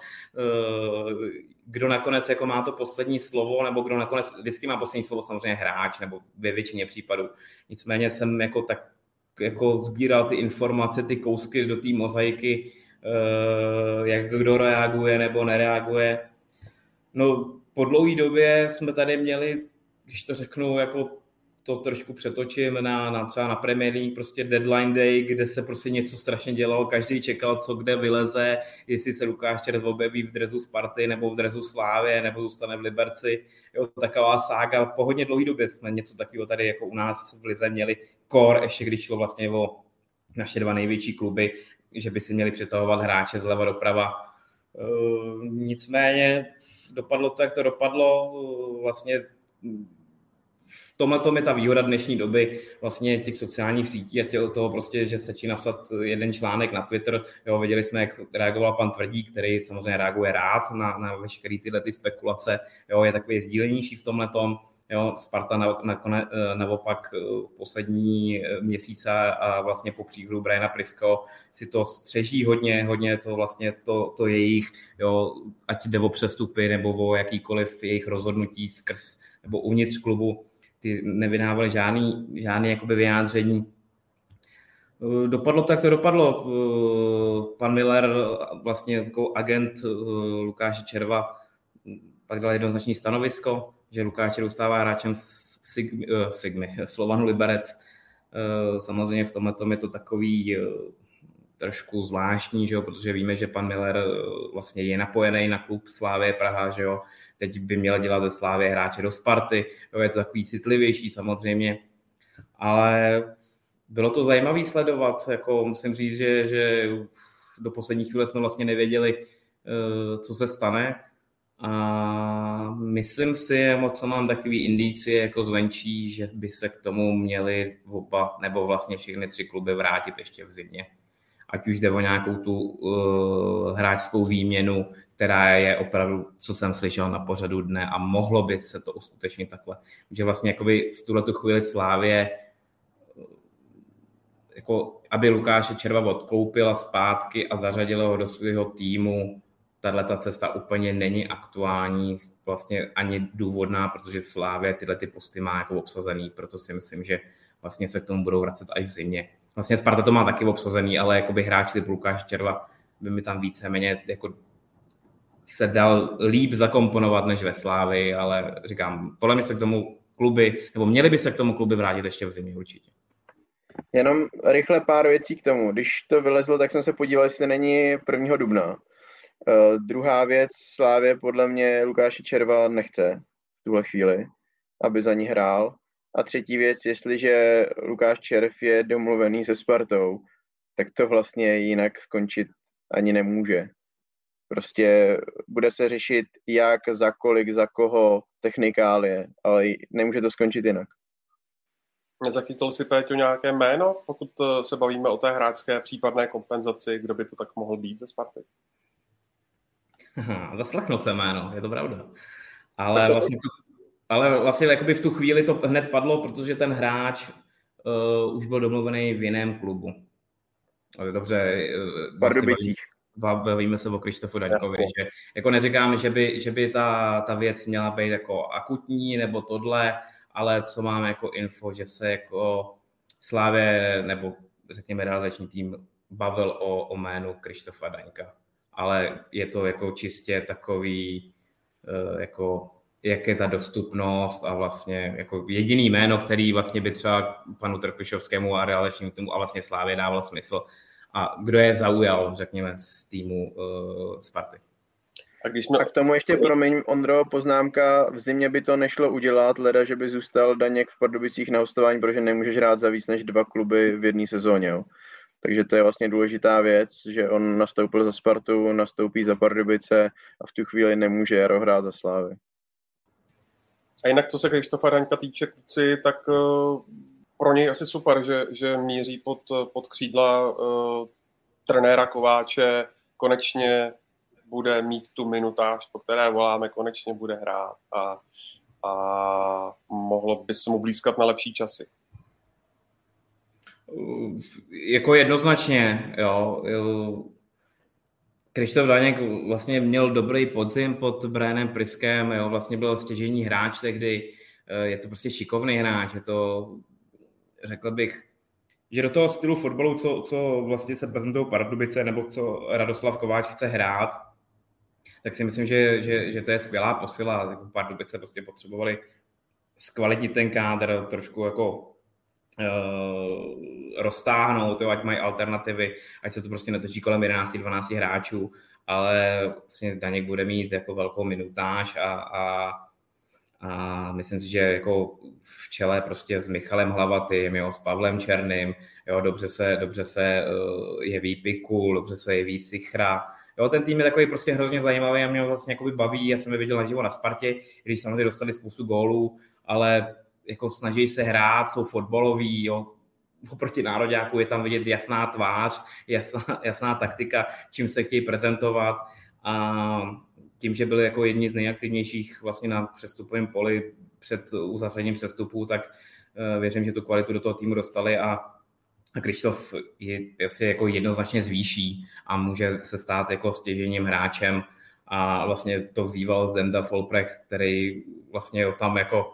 kdo nakonec jako má to poslední slovo, nebo kdo nakonec vždycky má poslední slovo, samozřejmě hráč, nebo ve většině případů. Nicméně jsem jako tak jako sbíral ty informace, ty kousky do té mozaiky, jak kdo reaguje nebo nereaguje. No, po dlouhé době jsme tady měli, když to řeknu, jako to trošku přetočím na, na třeba na Premier League, prostě deadline day, kde se prostě něco strašně dělalo, každý čekal, co kde vyleze, jestli se Lukáš Červ objeví v dresu Sparty nebo v dresu Slávě, nebo zůstane v Liberci. Jo, taková sága. Po hodně dlouhé době jsme něco takového tady jako u nás v lize měli, kor, ještě když šlo vlastně o naše dva největší kluby, že by si měli přetahovat hráče zleva doprava. E, nicméně dopadlo to, jak to dopadlo. Vlastně v tomhle tom je ta výhoda dnešní doby vlastně těch sociálních sítí a těch, toho prostě, že stačí napsat jeden článek na Twitter. Jo, viděli jsme, jak reagoval pan Tvrdík, který samozřejmě reaguje rád na, na veškeré tyhle ty spekulace. Jo, je takový sdílenější v tomhle tom. Jo, Sparta na, na, naopak poslední měsíce a vlastně po příchodu Briana Prisko si to střeží hodně, hodně to vlastně to, to jejich, jo, ať jde o přestupy nebo o jakýkoliv jejich rozhodnutí skrz nebo uvnitř klubu, ty nevydávali žádný, žádný jakoby vyjádření. Dopadlo to, jak to dopadlo. Pan Miller, vlastně jako agent Lukáše Červa, pak dal jednoznačné stanovisko, že Lukáš Červ stává hráčem Sigmy, Sigmy, Slovanu Liberec. Samozřejmě v tomhle tom je to takový trošku zvláštní, že jo, protože víme, že pan Miller vlastně je napojený na klub Slavie Praha, že jo. Teď by měl dělat ze Slavie hráče do Sparty, jo, je to takový citlivější samozřejmě, ale bylo to zajímavý sledovat, jako musím říct, že, že do poslední chvíle jsme vlastně nevěděli, co se stane. A myslím si, co mám takový indicie jako zvenčí, že by se k tomu měli oba nebo vlastně všechny tři kluby vrátit ještě v zimě. Ať už jde o nějakou tu uh, hráčskou výměnu, která je opravdu, co jsem slyšel na pořadu dne a mohlo by se to uskutečnit takhle. Že vlastně jakoby v tuhletu chvíli Slávě, jako aby Lukáše Červa odkoupila zpátky a zařadila ho do svého týmu, tato cesta úplně není aktuální, vlastně ani důvodná, protože Slávě tyhle ty posty má jako obsazený, proto si myslím, že vlastně se k tomu budou vracet až v zimě. Vlastně Sparta to má taky obsazený, ale jakoby hráč typ Lukáš Červa by mi tam víceméně jako se dal líp zakomponovat než ve Slávii, ale říkám, podle mě se k tomu kluby, nebo měli by se k tomu kluby vrátit ještě v zimě určitě. Jenom rychle pár věcí k tomu. Když to vylezlo, tak jsem se podíval, jestli to není prvního dubna. Uh, druhá věc, Slávě podle mě Lukáše Červa nechce v tuhle chvíli, aby za ní hrál. A třetí věc, jestliže Lukáš Červ je domluvený se Spartou, tak to vlastně jinak skončit ani nemůže. Prostě bude se řešit jak, za kolik, za koho, technikálie, ale nemůže to skončit jinak. Nezachytil si, Péťo, nějaké jméno, pokud se bavíme o té hráčské případné kompenzaci, kdo by to tak mohl být ze Sparty? Zaslechnul jsem jméno, je to pravda. Ale vlastně, ale vlastně jakoby v tu chvíli to hned padlo, protože ten hráč uh, už byl domluvený v jiném klubu. Ale dobře, vlastně bavíme se o Krištofu Daňkovi, že jako neříkám, že by, že by ta, ta věc měla být jako akutní nebo tohle, ale co máme jako info, že se jako Slávě nebo řekněme realizační tým bavil o, o jménu Krištofa Daňka. Ale je to jako čistě takový, jako, jak je ta dostupnost a vlastně jako jediný jméno, který vlastně by třeba panu Trpišovskému a realizačnímu týmu a vlastně Slávě dával smysl. A kdo je zaujal, řekněme, z týmu uh, Sparty. A, když jsme... a k tomu ještě, promiň, Ondro, poznámka, v zimě by to nešlo udělat, leda, že by zůstal Daněk v Pardubicích na hostování, protože nemůžeš hrát za víc než dva kluby v jedné sezóně. Jo. Takže to je vlastně důležitá věc, že on nastoupil za Spartu, nastoupí za Pardubice a v tu chvíli nemůže Jaro hrát za Slávy. A jinak, co se Krištofa Daňka týče, kluci, tak uh, pro něj asi super, že, že míří pod, pod křídla uh, trenéra Kováče, konečně bude mít tu minutáž, po které voláme, konečně bude hrát a, a mohlo by se mu blízkat na lepší časy. Jako jednoznačně, jo. Krištof Daněk vlastně měl dobrý podzim pod Brianem Priskem, jo. Vlastně byl stěžejní hráč tehdy, je to prostě šikovný hráč, je to, řekl bych, že do toho stylu fotbalu, co, co vlastně se prezentují Pardubice, nebo co Radoslav Kováč chce hrát, tak si myslím, že, že, že to je skvělá posila. Pardubice prostě potřebovali zkvalitnit ten kádr, trošku jako Uh, roztáhnout, jo, ať mají alternativy, ať se to prostě netočí kolem jedenáct dvanáct hráčů, ale vlastně Daněk bude mít jako velkou minutáž a, a, a myslím si, že jako v čele prostě s Michalem Hlavatým, jo, s Pavlem Černým, jo, dobře se, dobře se uh, jeví Pikul, dobře se jeví Sichra. Jo, ten tým je takový prostě hrozně zajímavý a mě vlastně jakoby baví, já jsem je viděl naživo na Spartě, když samozřejmě dostali spoustu gólů, ale jako snaží se hrát, jsou fotbaloví, jo. Oproti nároďáku je tam vidět jasná tvář, jasná, jasná taktika, čím se chtějí prezentovat a tím, že byli jako jedni z nejaktivnějších vlastně na přestupovém poli před uzavřením přestupů, tak uh, věřím, že tu kvalitu do toho týmu dostali a, a Krištof je asi jako jednoznačně zvýší a může se stát jako stěžejním hráčem a vlastně to vzýval Zdenda Folprecht, který vlastně tam jako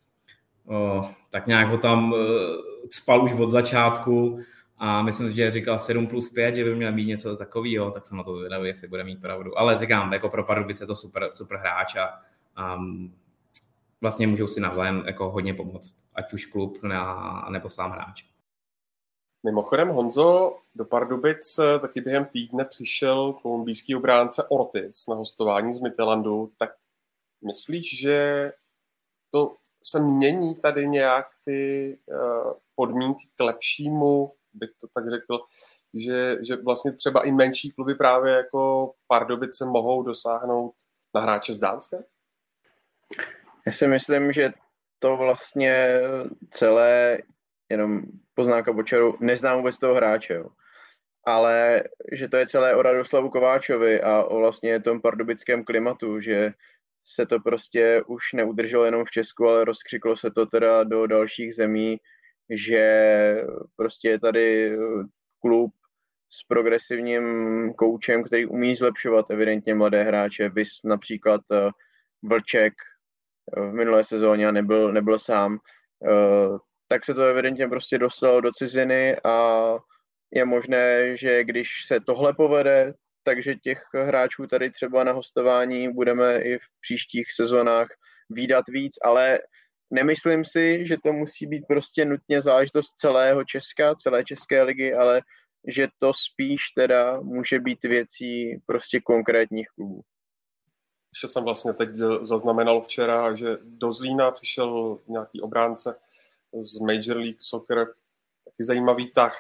O, tak nějak ho tam uh, cpal už od začátku a myslím si, že říkal sedm plus pět, že by měl mít něco takového, tak jsem na to zvědavý, jestli bude mít pravdu. Ale říkám, jako pro Pardubice je to super, super hráč a um, vlastně můžou si navzájem jako hodně pomoct, ať už klub na, nebo sám hráč. Mimochodem, Honzo, do Pardubic taky během týdne přišel kolumbijský obránce Ortiz na hostování z Midtjyllandu, tak myslíš, že to se mění tady nějak ty uh, podmínky k lepšímu, bych to tak řekl, že, že vlastně třeba i menší kluby právě jako Pardubice mohou dosáhnout na hráče z Dánska? Já si myslím, že to vlastně celé, jenom poznámka Bočaru, neznám vůbec toho hráče, jo. Ale že to je celé o Radoslavu Kováčovi a o vlastně tom pardubickém klimatu, že se to prostě už neudrželo jenom v Česku, ale rozkřiklo se to teda do dalších zemí, že prostě je tady klub s progresivním koučem, který umí zlepšovat evidentně mladé hráče, vys například Vlček v minulé sezóně a nebyl, nebyl sám, tak se to evidentně prostě dostalo do ciziny a je možné, že když se tohle povede, takže těch hráčů tady třeba na hostování budeme i v příštích sezónách vídat víc, ale nemyslím si, že to musí být prostě nutně záležitost celého Česka, celé České ligy, ale že to spíš teda může být věcí prostě konkrétních klubů. Ještě jsem vlastně teď zaznamenal včera, že do Zlína přišel nějaký obránce z Major League Soccer, taky zajímavý tah.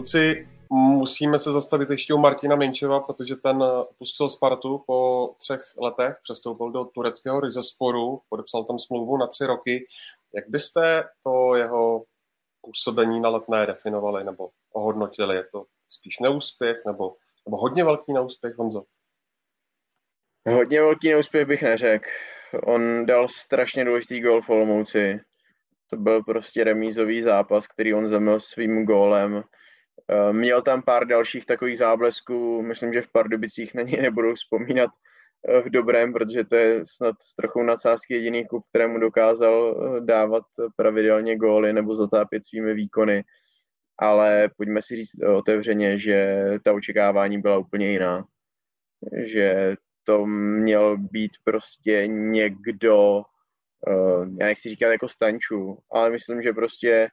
Kluci, musíme se zastavit ještě u Martina Minčeva, protože ten pustil Spartu po třech letech, přestoupil do tureckého Rizesporu, podepsal tam smlouvu na tři roky. Jak byste to jeho působení na Letné definovali nebo ohodnotili? Je to spíš neúspěch nebo, nebo hodně velký neúspěch, Honzo? Hodně velký neúspěch bych neřekl. On dal strašně důležitý gól v Olomouci. To byl prostě remízový zápas, který on zamil svým gólem. Měl tam pár dalších takových záblesků, myslím, že v Pardubicích na něj nebudou vzpomínat v dobrém, protože to je snad s trochou nadsázky jediný klub, kterému dokázal dávat pravidelně góly nebo zatápět svými výkony. Ale pojďme si říct otevřeně, že ta očekávání byla úplně jiná. Že to měl být prostě někdo, já nechci říkat jako Stanču, ale myslím, že prostě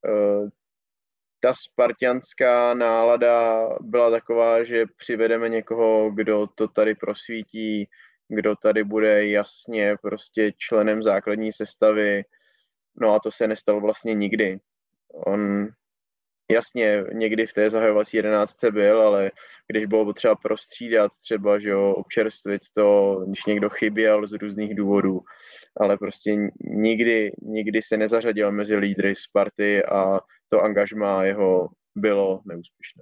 ta spartianská nálada byla taková, že přivedeme někoho, kdo to tady prosvítí, kdo tady bude jasně prostě členem základní sestavy. No a to se nestalo vlastně nikdy. On jasně někdy v té zahajovací jedenáctce byl, ale když bylo potřeba prostřídat třeba, že jo, občerstvit to, když někdo chyběl z různých důvodů, ale prostě nikdy, nikdy se nezařadil mezi lídry Sparty a to angažmá jeho bylo neúspěšné.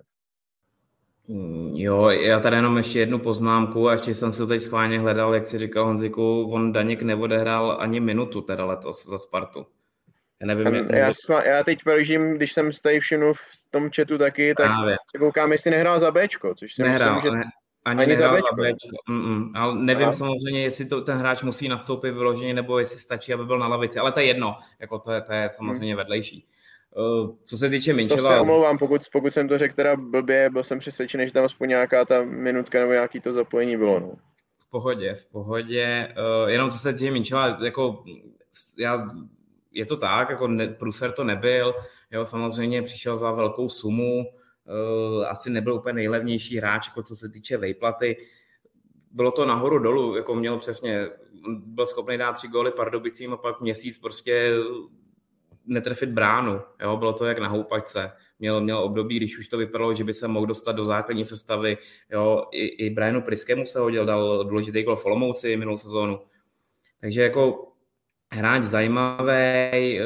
Jo, já tady jenom ještě jednu poznámku a ještě jsem si to teď schválně hledal, jak si říkal Honziku, on Daněk neodehrál ani minutu teda letos za Spartu. Já nevím, jak... já, já teď projíždím, když jsem tady všimnul v tom chatu taky, tak Právě. se koukám, jestli nehrál za Béčko, což si nehrál, myslím, že... Ne, ani, ani nehrál za Béčko. Za Béčko. Mm-mm. Ale nevím Aha. samozřejmě, jestli to, ten hráč musí nastoupit vyloženě, nebo jestli stačí, aby byl na lavici, ale to je jedno, jako to je, to je samozřejmě hmm. vedlejší. Uh, co se týče Minčeva... To se omlouvám, pokud, pokud jsem to řekl teda blbě, byl jsem přesvědčený, že tam aspoň nějaká ta minutka nebo nějaký to zapojení bylo. No. V pohodě, v pohodě. Uh, jenom co se týče Minčeva, jako já... Je to tak, jako ne, průser to nebyl, jo, samozřejmě přišel za velkou sumu, uh, asi nebyl úplně nejlevnější hráč, jako co se týče vejplaty. Bylo to nahoru dolů, jako měl přesně, byl schopný dát tři góly Pardubicím a pak měsíc prostě netrefit bránu, jo, bylo to jak na houpačce. Měl, měl období, když už to vypadalo, že by se mohl dostat do základní sestavy, jo, i, i Brianu Priskému se hodil, dal důležitý gól v Olomouci minulou sezónu. Takže jako hráč zajímavý,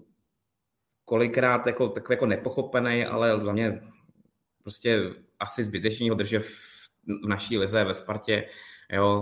kolikrát jako, takový jako nepochopený, ale za mě prostě asi zbytečný ho držet v, v naší lize ve Spartě. Jo,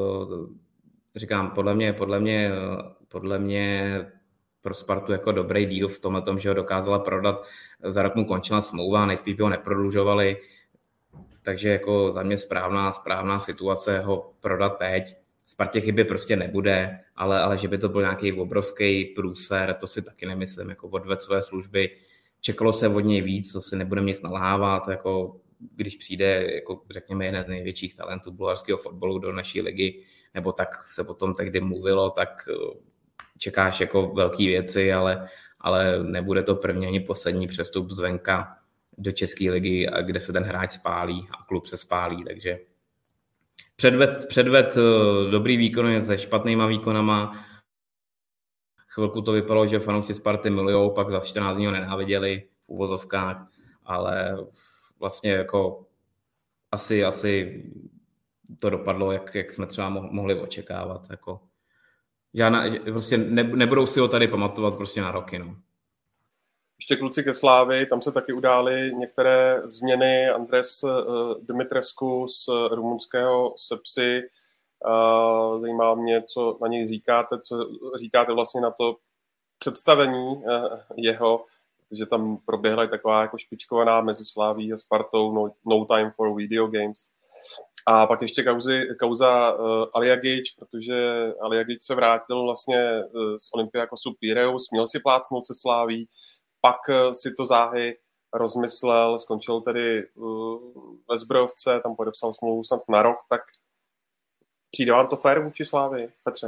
říkám, podle mě, podle mě, podle mě pro Spartu jako dobrý díl v tomhle tom, že ho dokázala prodat. Za rok mu končila smlouva, nejspíš by ho neprodlužovali, takže jako za mě správná, správná situace ho prodat teď. Spartě chyby prostě nebude, ale, ale že by to byl nějaký obrovský průser, to si taky nemyslím, jako odved své služby. Čekalo se od něj víc, to si nebudeme nic nalhávat, jako když přijde, jako řekněme, jeden z největších talentů bulharského fotbalu do naší ligy, nebo tak se o tom tehdy mluvilo, tak čekáš jako velké věci, ale, ale nebude to první ani poslední přestup zvenka do české ligy, kde se ten hráč spálí a klub se spálí, takže Předved, předved dobrý výkon se špatnýma výkonama. Chvilku to vypadalo, že fanoušci Sparty milujou, pak za čtrnáct dní ho nenáviděli v uvozovkách, ale vlastně jako asi, asi to dopadlo, jak, jak jsme třeba mohli očekávat. Jako žádná, prostě ne, nebudou si ho tady pamatovat prostě na roky. No. Ještě kluci ke Slávy, tam se taky udály některé změny. Andres uh, Dimitrescu z rumunského Sepsi. Uh, zajímá mě, co na něj říkáte, co říkáte vlastně na to představení uh, jeho, protože tam proběhla taková jako špičkovaná mezi Sláví a Spartou, no, no time for video games. A pak ještě kauzy, kauza uh, Aliagic, protože Aliagic se vrátil vlastně uh, z Olympiakosu Pireus, měl si plácnout se Sláví, pak si to záhy rozmyslel, skončil tedy ve Zbrojovce, tam podepsal smlouvu snad na rok, tak přijde vám to fér vůči Slávy, Petře?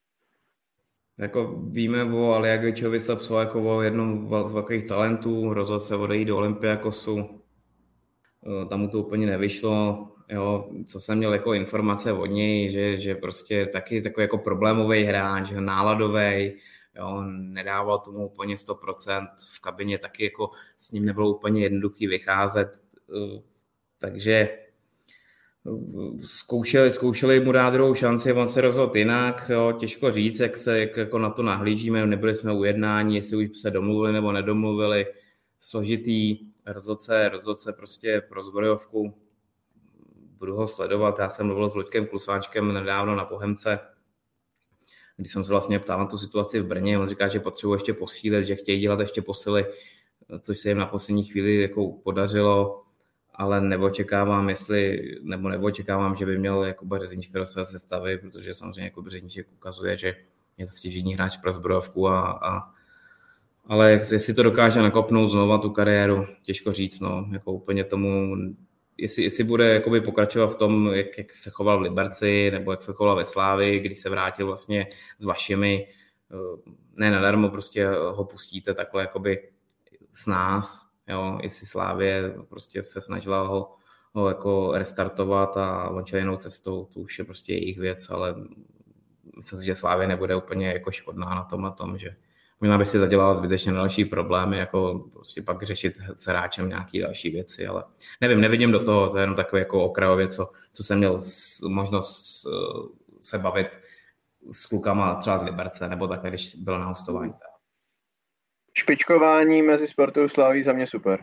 Jako víme o Aliagičovi se psal jako o jednom z velkých talentů, rozhodl se odejít do Olympiakosu, tam mu to úplně nevyšlo, jo, co jsem měl jako informace od něj, že, že prostě taky takový jako problémový hráč, náladový, jo, nedával tomu úplně sto procent, v kabině taky jako s ním nebylo úplně jednoduchý vycházet, takže zkoušeli, zkoušeli mu dát druhou šanci, on se rozhodl jinak, jo, těžko říct, jak se jak jako na to nahlížíme, nebyli jsme u jednání, jestli už se domluvili nebo nedomluvili, složitý, rozhodl se, rozhodl se prostě pro zbrojovku, budu ho sledovat, já jsem mluvil s Luďkem Klusáčkem nedávno na Bohemce, když jsem se vlastně ptal na tu situaci v Brně, on říká, že potřebuje ještě posílit, že chtějí dělat ještě posily, což se jim na poslední chvíli jako podařilo, ale neočekávám, jestli, nebo neočekávám, že by měl Jakuba Řezníčka do své sestavy, protože samozřejmě Jakub Řezníček ukazuje, že je to stěžejní hráč pro zbrojovku, a, a, ale jestli to dokáže nakopnout znova tu kariéru, těžko říct, no, jako úplně tomu, jestli, jestli bude jakoby pokračovat v tom, jak, jak se choval v Liberci, nebo jak se choval ve Slávii, když se vrátil vlastně s vašimi, ne nadarmo prostě ho pustíte takhle jakoby s nás, jo, jestli Slávie prostě se snažila ho, ho jako restartovat a on šel jinou cestou, to už je prostě jejich věc, ale myslím si, že Slávie nebude úplně jako škodná na tom, na tom, že možná by si zadělala zbytečně další problémy, jako prostě pak řešit s hráčem nějaké další věci, ale nevím, nevidím do toho, to je jenom takové jako okrajově, co, co jsem měl možnost se bavit s klukama třeba z Liberce, nebo takhle, když byl na hostování. Špičkování mezi Spartou a Slaví za mě super.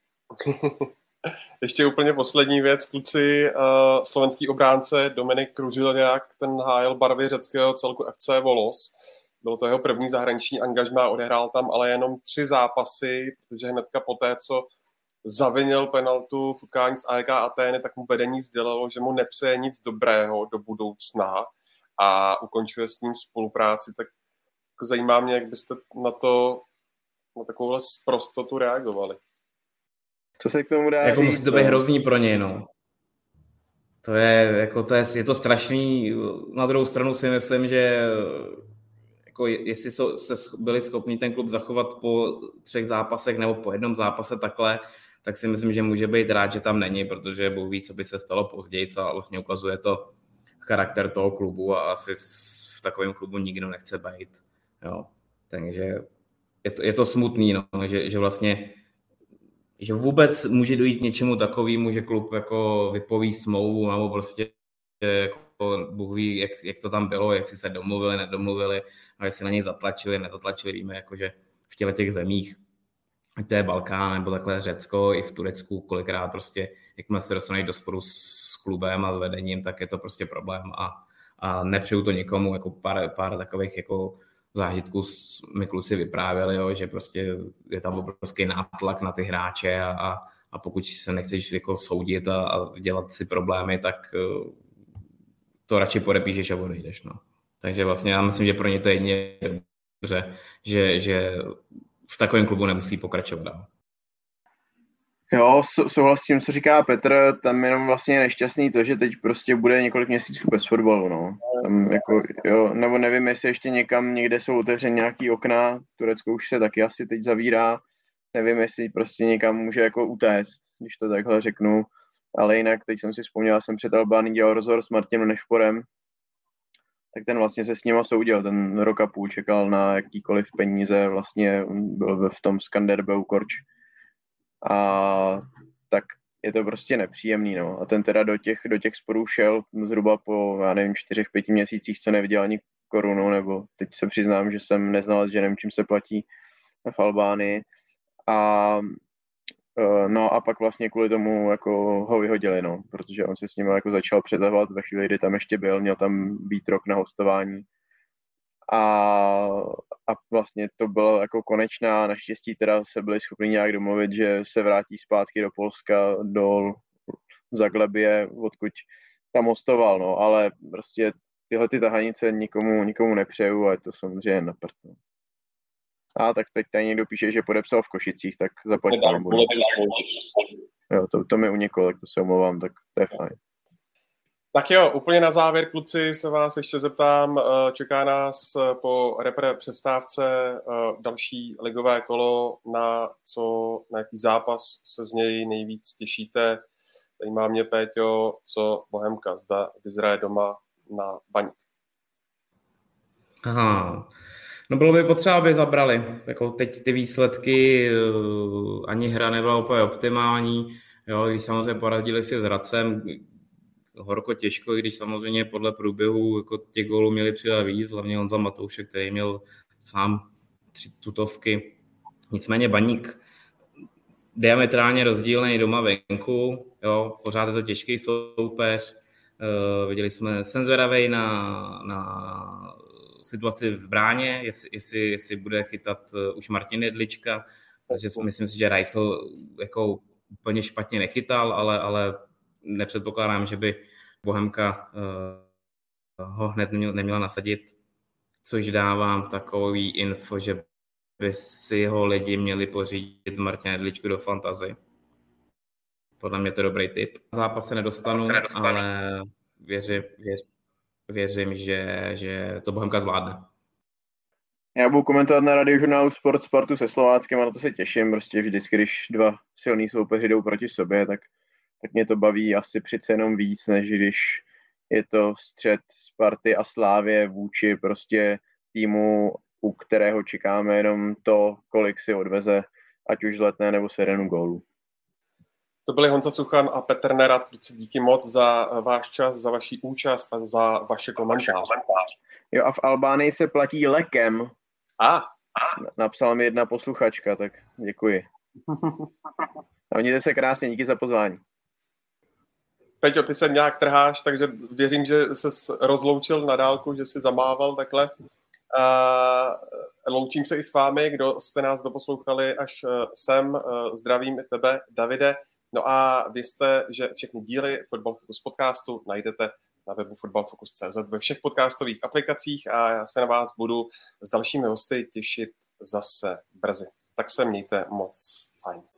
Ještě úplně poslední věc, kluci, uh, slovenský obránce Dominik Kružiliak, ten hájil barvy řeckého celku F C Volos. Bylo to jeho první zahraniční angažmá, odehrál tam ale jenom tři zápasy, protože hnedka poté, co zavinil penaltu v utkání s A E K Atény, tak mu vedení sdělilo, že mu nepřeje nic dobrého do budoucna a ukončuje s ním spolupráci. Tak jako zajímá mě, jak byste na to, na takovouhle sprostotu reagovali. Co se k tomu dá jako říct? Musí to být hrozný pro něj, no. To je, jako to je, je to strašný. Na druhou stranu si myslím, že jako jestli so, se byli schopni ten klub zachovat po třech zápasech nebo po jednom zápase takhle, tak si myslím, že může být rád, že tam není, protože Bůh ví, co by se stalo později, a vlastně ukazuje to charakter toho klubu a asi v takovém klubu nikdo nechce být. Jo. Takže je to, je to smutný, no, že, že vlastně že vůbec může dojít k něčemu takovému, že klub jako vypoví smlouvu nebo prostě jako Bůh ví, jak, jak to tam bylo, jestli se domluvili, nedomluvili, a jestli na něj zatlačili, nezatlačili. Víme, jako, že v těle těch zemích, ať to je Balkán nebo takhle Řecko, i v Turecku, kolikrát prostě, jakmile se dostaneš do sporu s klubem a s vedením, tak je to prostě problém a, a nepřeju to nikomu, jako pár, pár takových jako zážitků mi kluci vyprávěli, jo, že prostě je tam obrovský nátlak na ty hráče a, a, a pokud se nechceš jako soudit a, a dělat si problémy, tak to radši podepíšeš a odejdeš. No. Takže vlastně já myslím, že pro ně to je jedině dobře, že, že v takovém klubu nemusí pokračovat dál. Jo, souhlasím, co říká Petr, tam jenom vlastně nešťastný to, že teď prostě bude několik měsíců bez fotbalu, no. Tam jako, jo, nebo nevím, jestli ještě někam někde jsou otevřeny nějaký okna, Turecko už se taky asi teď zavírá, nevím, jestli prostě někam může jako utéct, když to takhle řeknu, ale jinak teď jsem si vzpomněl, jsem před Albánií dělal rozhovor s Martinem Nešporem, tak ten vlastně se s ním soudil, ten rok a půl čekal na jakýkoliv peníze, vlastně byl v tom Skanderbeu Korč. A tak je to prostě nepříjemný, no. A ten teda do těch, do těch sporů šel zhruba po, já nevím, čtyřech, pěti měsících, co neviděl ani korunu, nebo teď se přiznám, že jsem neznal, že nevím, čím se platí v Albánii. A no a pak vlastně kvůli tomu jako ho vyhodili, no, protože on se s ním jako začal přetahovat ve chvíli, kdy tam ještě byl, měl tam být rok na hostování. A, a vlastně to bylo jako konečná, naštěstí teda se byli schopni nějak domluvit, že se vrátí zpátky do Polska, do Zaglebie, odkud tam hostoval, no, ale prostě tyhle ty tahanice nikomu, nikomu nepřeju a je to samozřejmě na prd. No. A tak teď tady někdo píše, že podepsal v Košicích, tak zaplaťte. Jo, to, to mi uniklo, tak to se omlouvám, tak to je fajn. Tak jo, úplně na závěr, kluci, se vás ještě zeptám. Čeká nás po repre přestávce další ligové kolo, na co, na jaký zápas se z něj nejvíc těšíte. Zajímá mě, Péťo, co Bohemka, zda vyzraje doma na Baník. Aha, No bylo by potřeba, aby zabrali. Jako teď ty výsledky, ani hra nebyla úplně optimální. Jo, když samozřejmě poradili si s Hradcem, horko těžko, i když samozřejmě podle průběhu jako těch gólů měli přidat víc, hlavně Honza Matoušek, který měl sám tři tutovky. Nicméně Baník diametrálně rozdílný doma venku, jo, pořád je to těžký soupeř. Uh, viděli jsme, jsem zvědavej na, na situaci v bráně, jestli, jestli, jestli bude chytat uh, už Martin Jedlička, protože myslím si, že Reichl jako úplně špatně nechytal, ale, ale nepředpokládám, že by Bohemka uh, ho hned neměla, neměla nasadit, což dávám takový info, že by si jeho lidi měli pořídit Martina Jedličku do fantasy. Podle mě to je dobrý tip. Zápas se nedostanu, se nedostanu. ale věřím, věřím, věřím že, že to Bohemka zvládne. Já budu komentovat na radiožurnálu Sport Spartu se Slováckem a na to se těším. Prostě vždycky, když dva silní soupeři jdou proti sobě, tak, tak mě to baví asi přece jenom víc, než když je to střet Sparty a Slávie vůči prostě týmu, u kterého čekáme jenom to, kolik si odveze, ať už z Letné nebo z Serenu gólu. To byli Honza Suchan a Petr Nerad. Díky moc za váš čas, za vaši účast a za vaše komentáře. Jo, a v Albánii se platí lekem. A. Ah. Napsala mi jedna posluchačka, tak děkuji. A mějte se krásně, díky za pozvání. Peťo, ty se nějak trháš, takže věřím, že jsi rozloučil na dálku, že jsi zamával takhle. Uh, loučím se i s vámi, kdo jste nás doposlouchali až uh, sem. Uh, zdravím i tebe, Davide. No a vězte, že všechny díly Fotbal Focus podcastu najdete na webu fotbal focus tečka cé zet ve všech podcastových aplikacích a já se na vás budu s dalšími hosty těšit zase brzy. Tak se mějte moc fajn.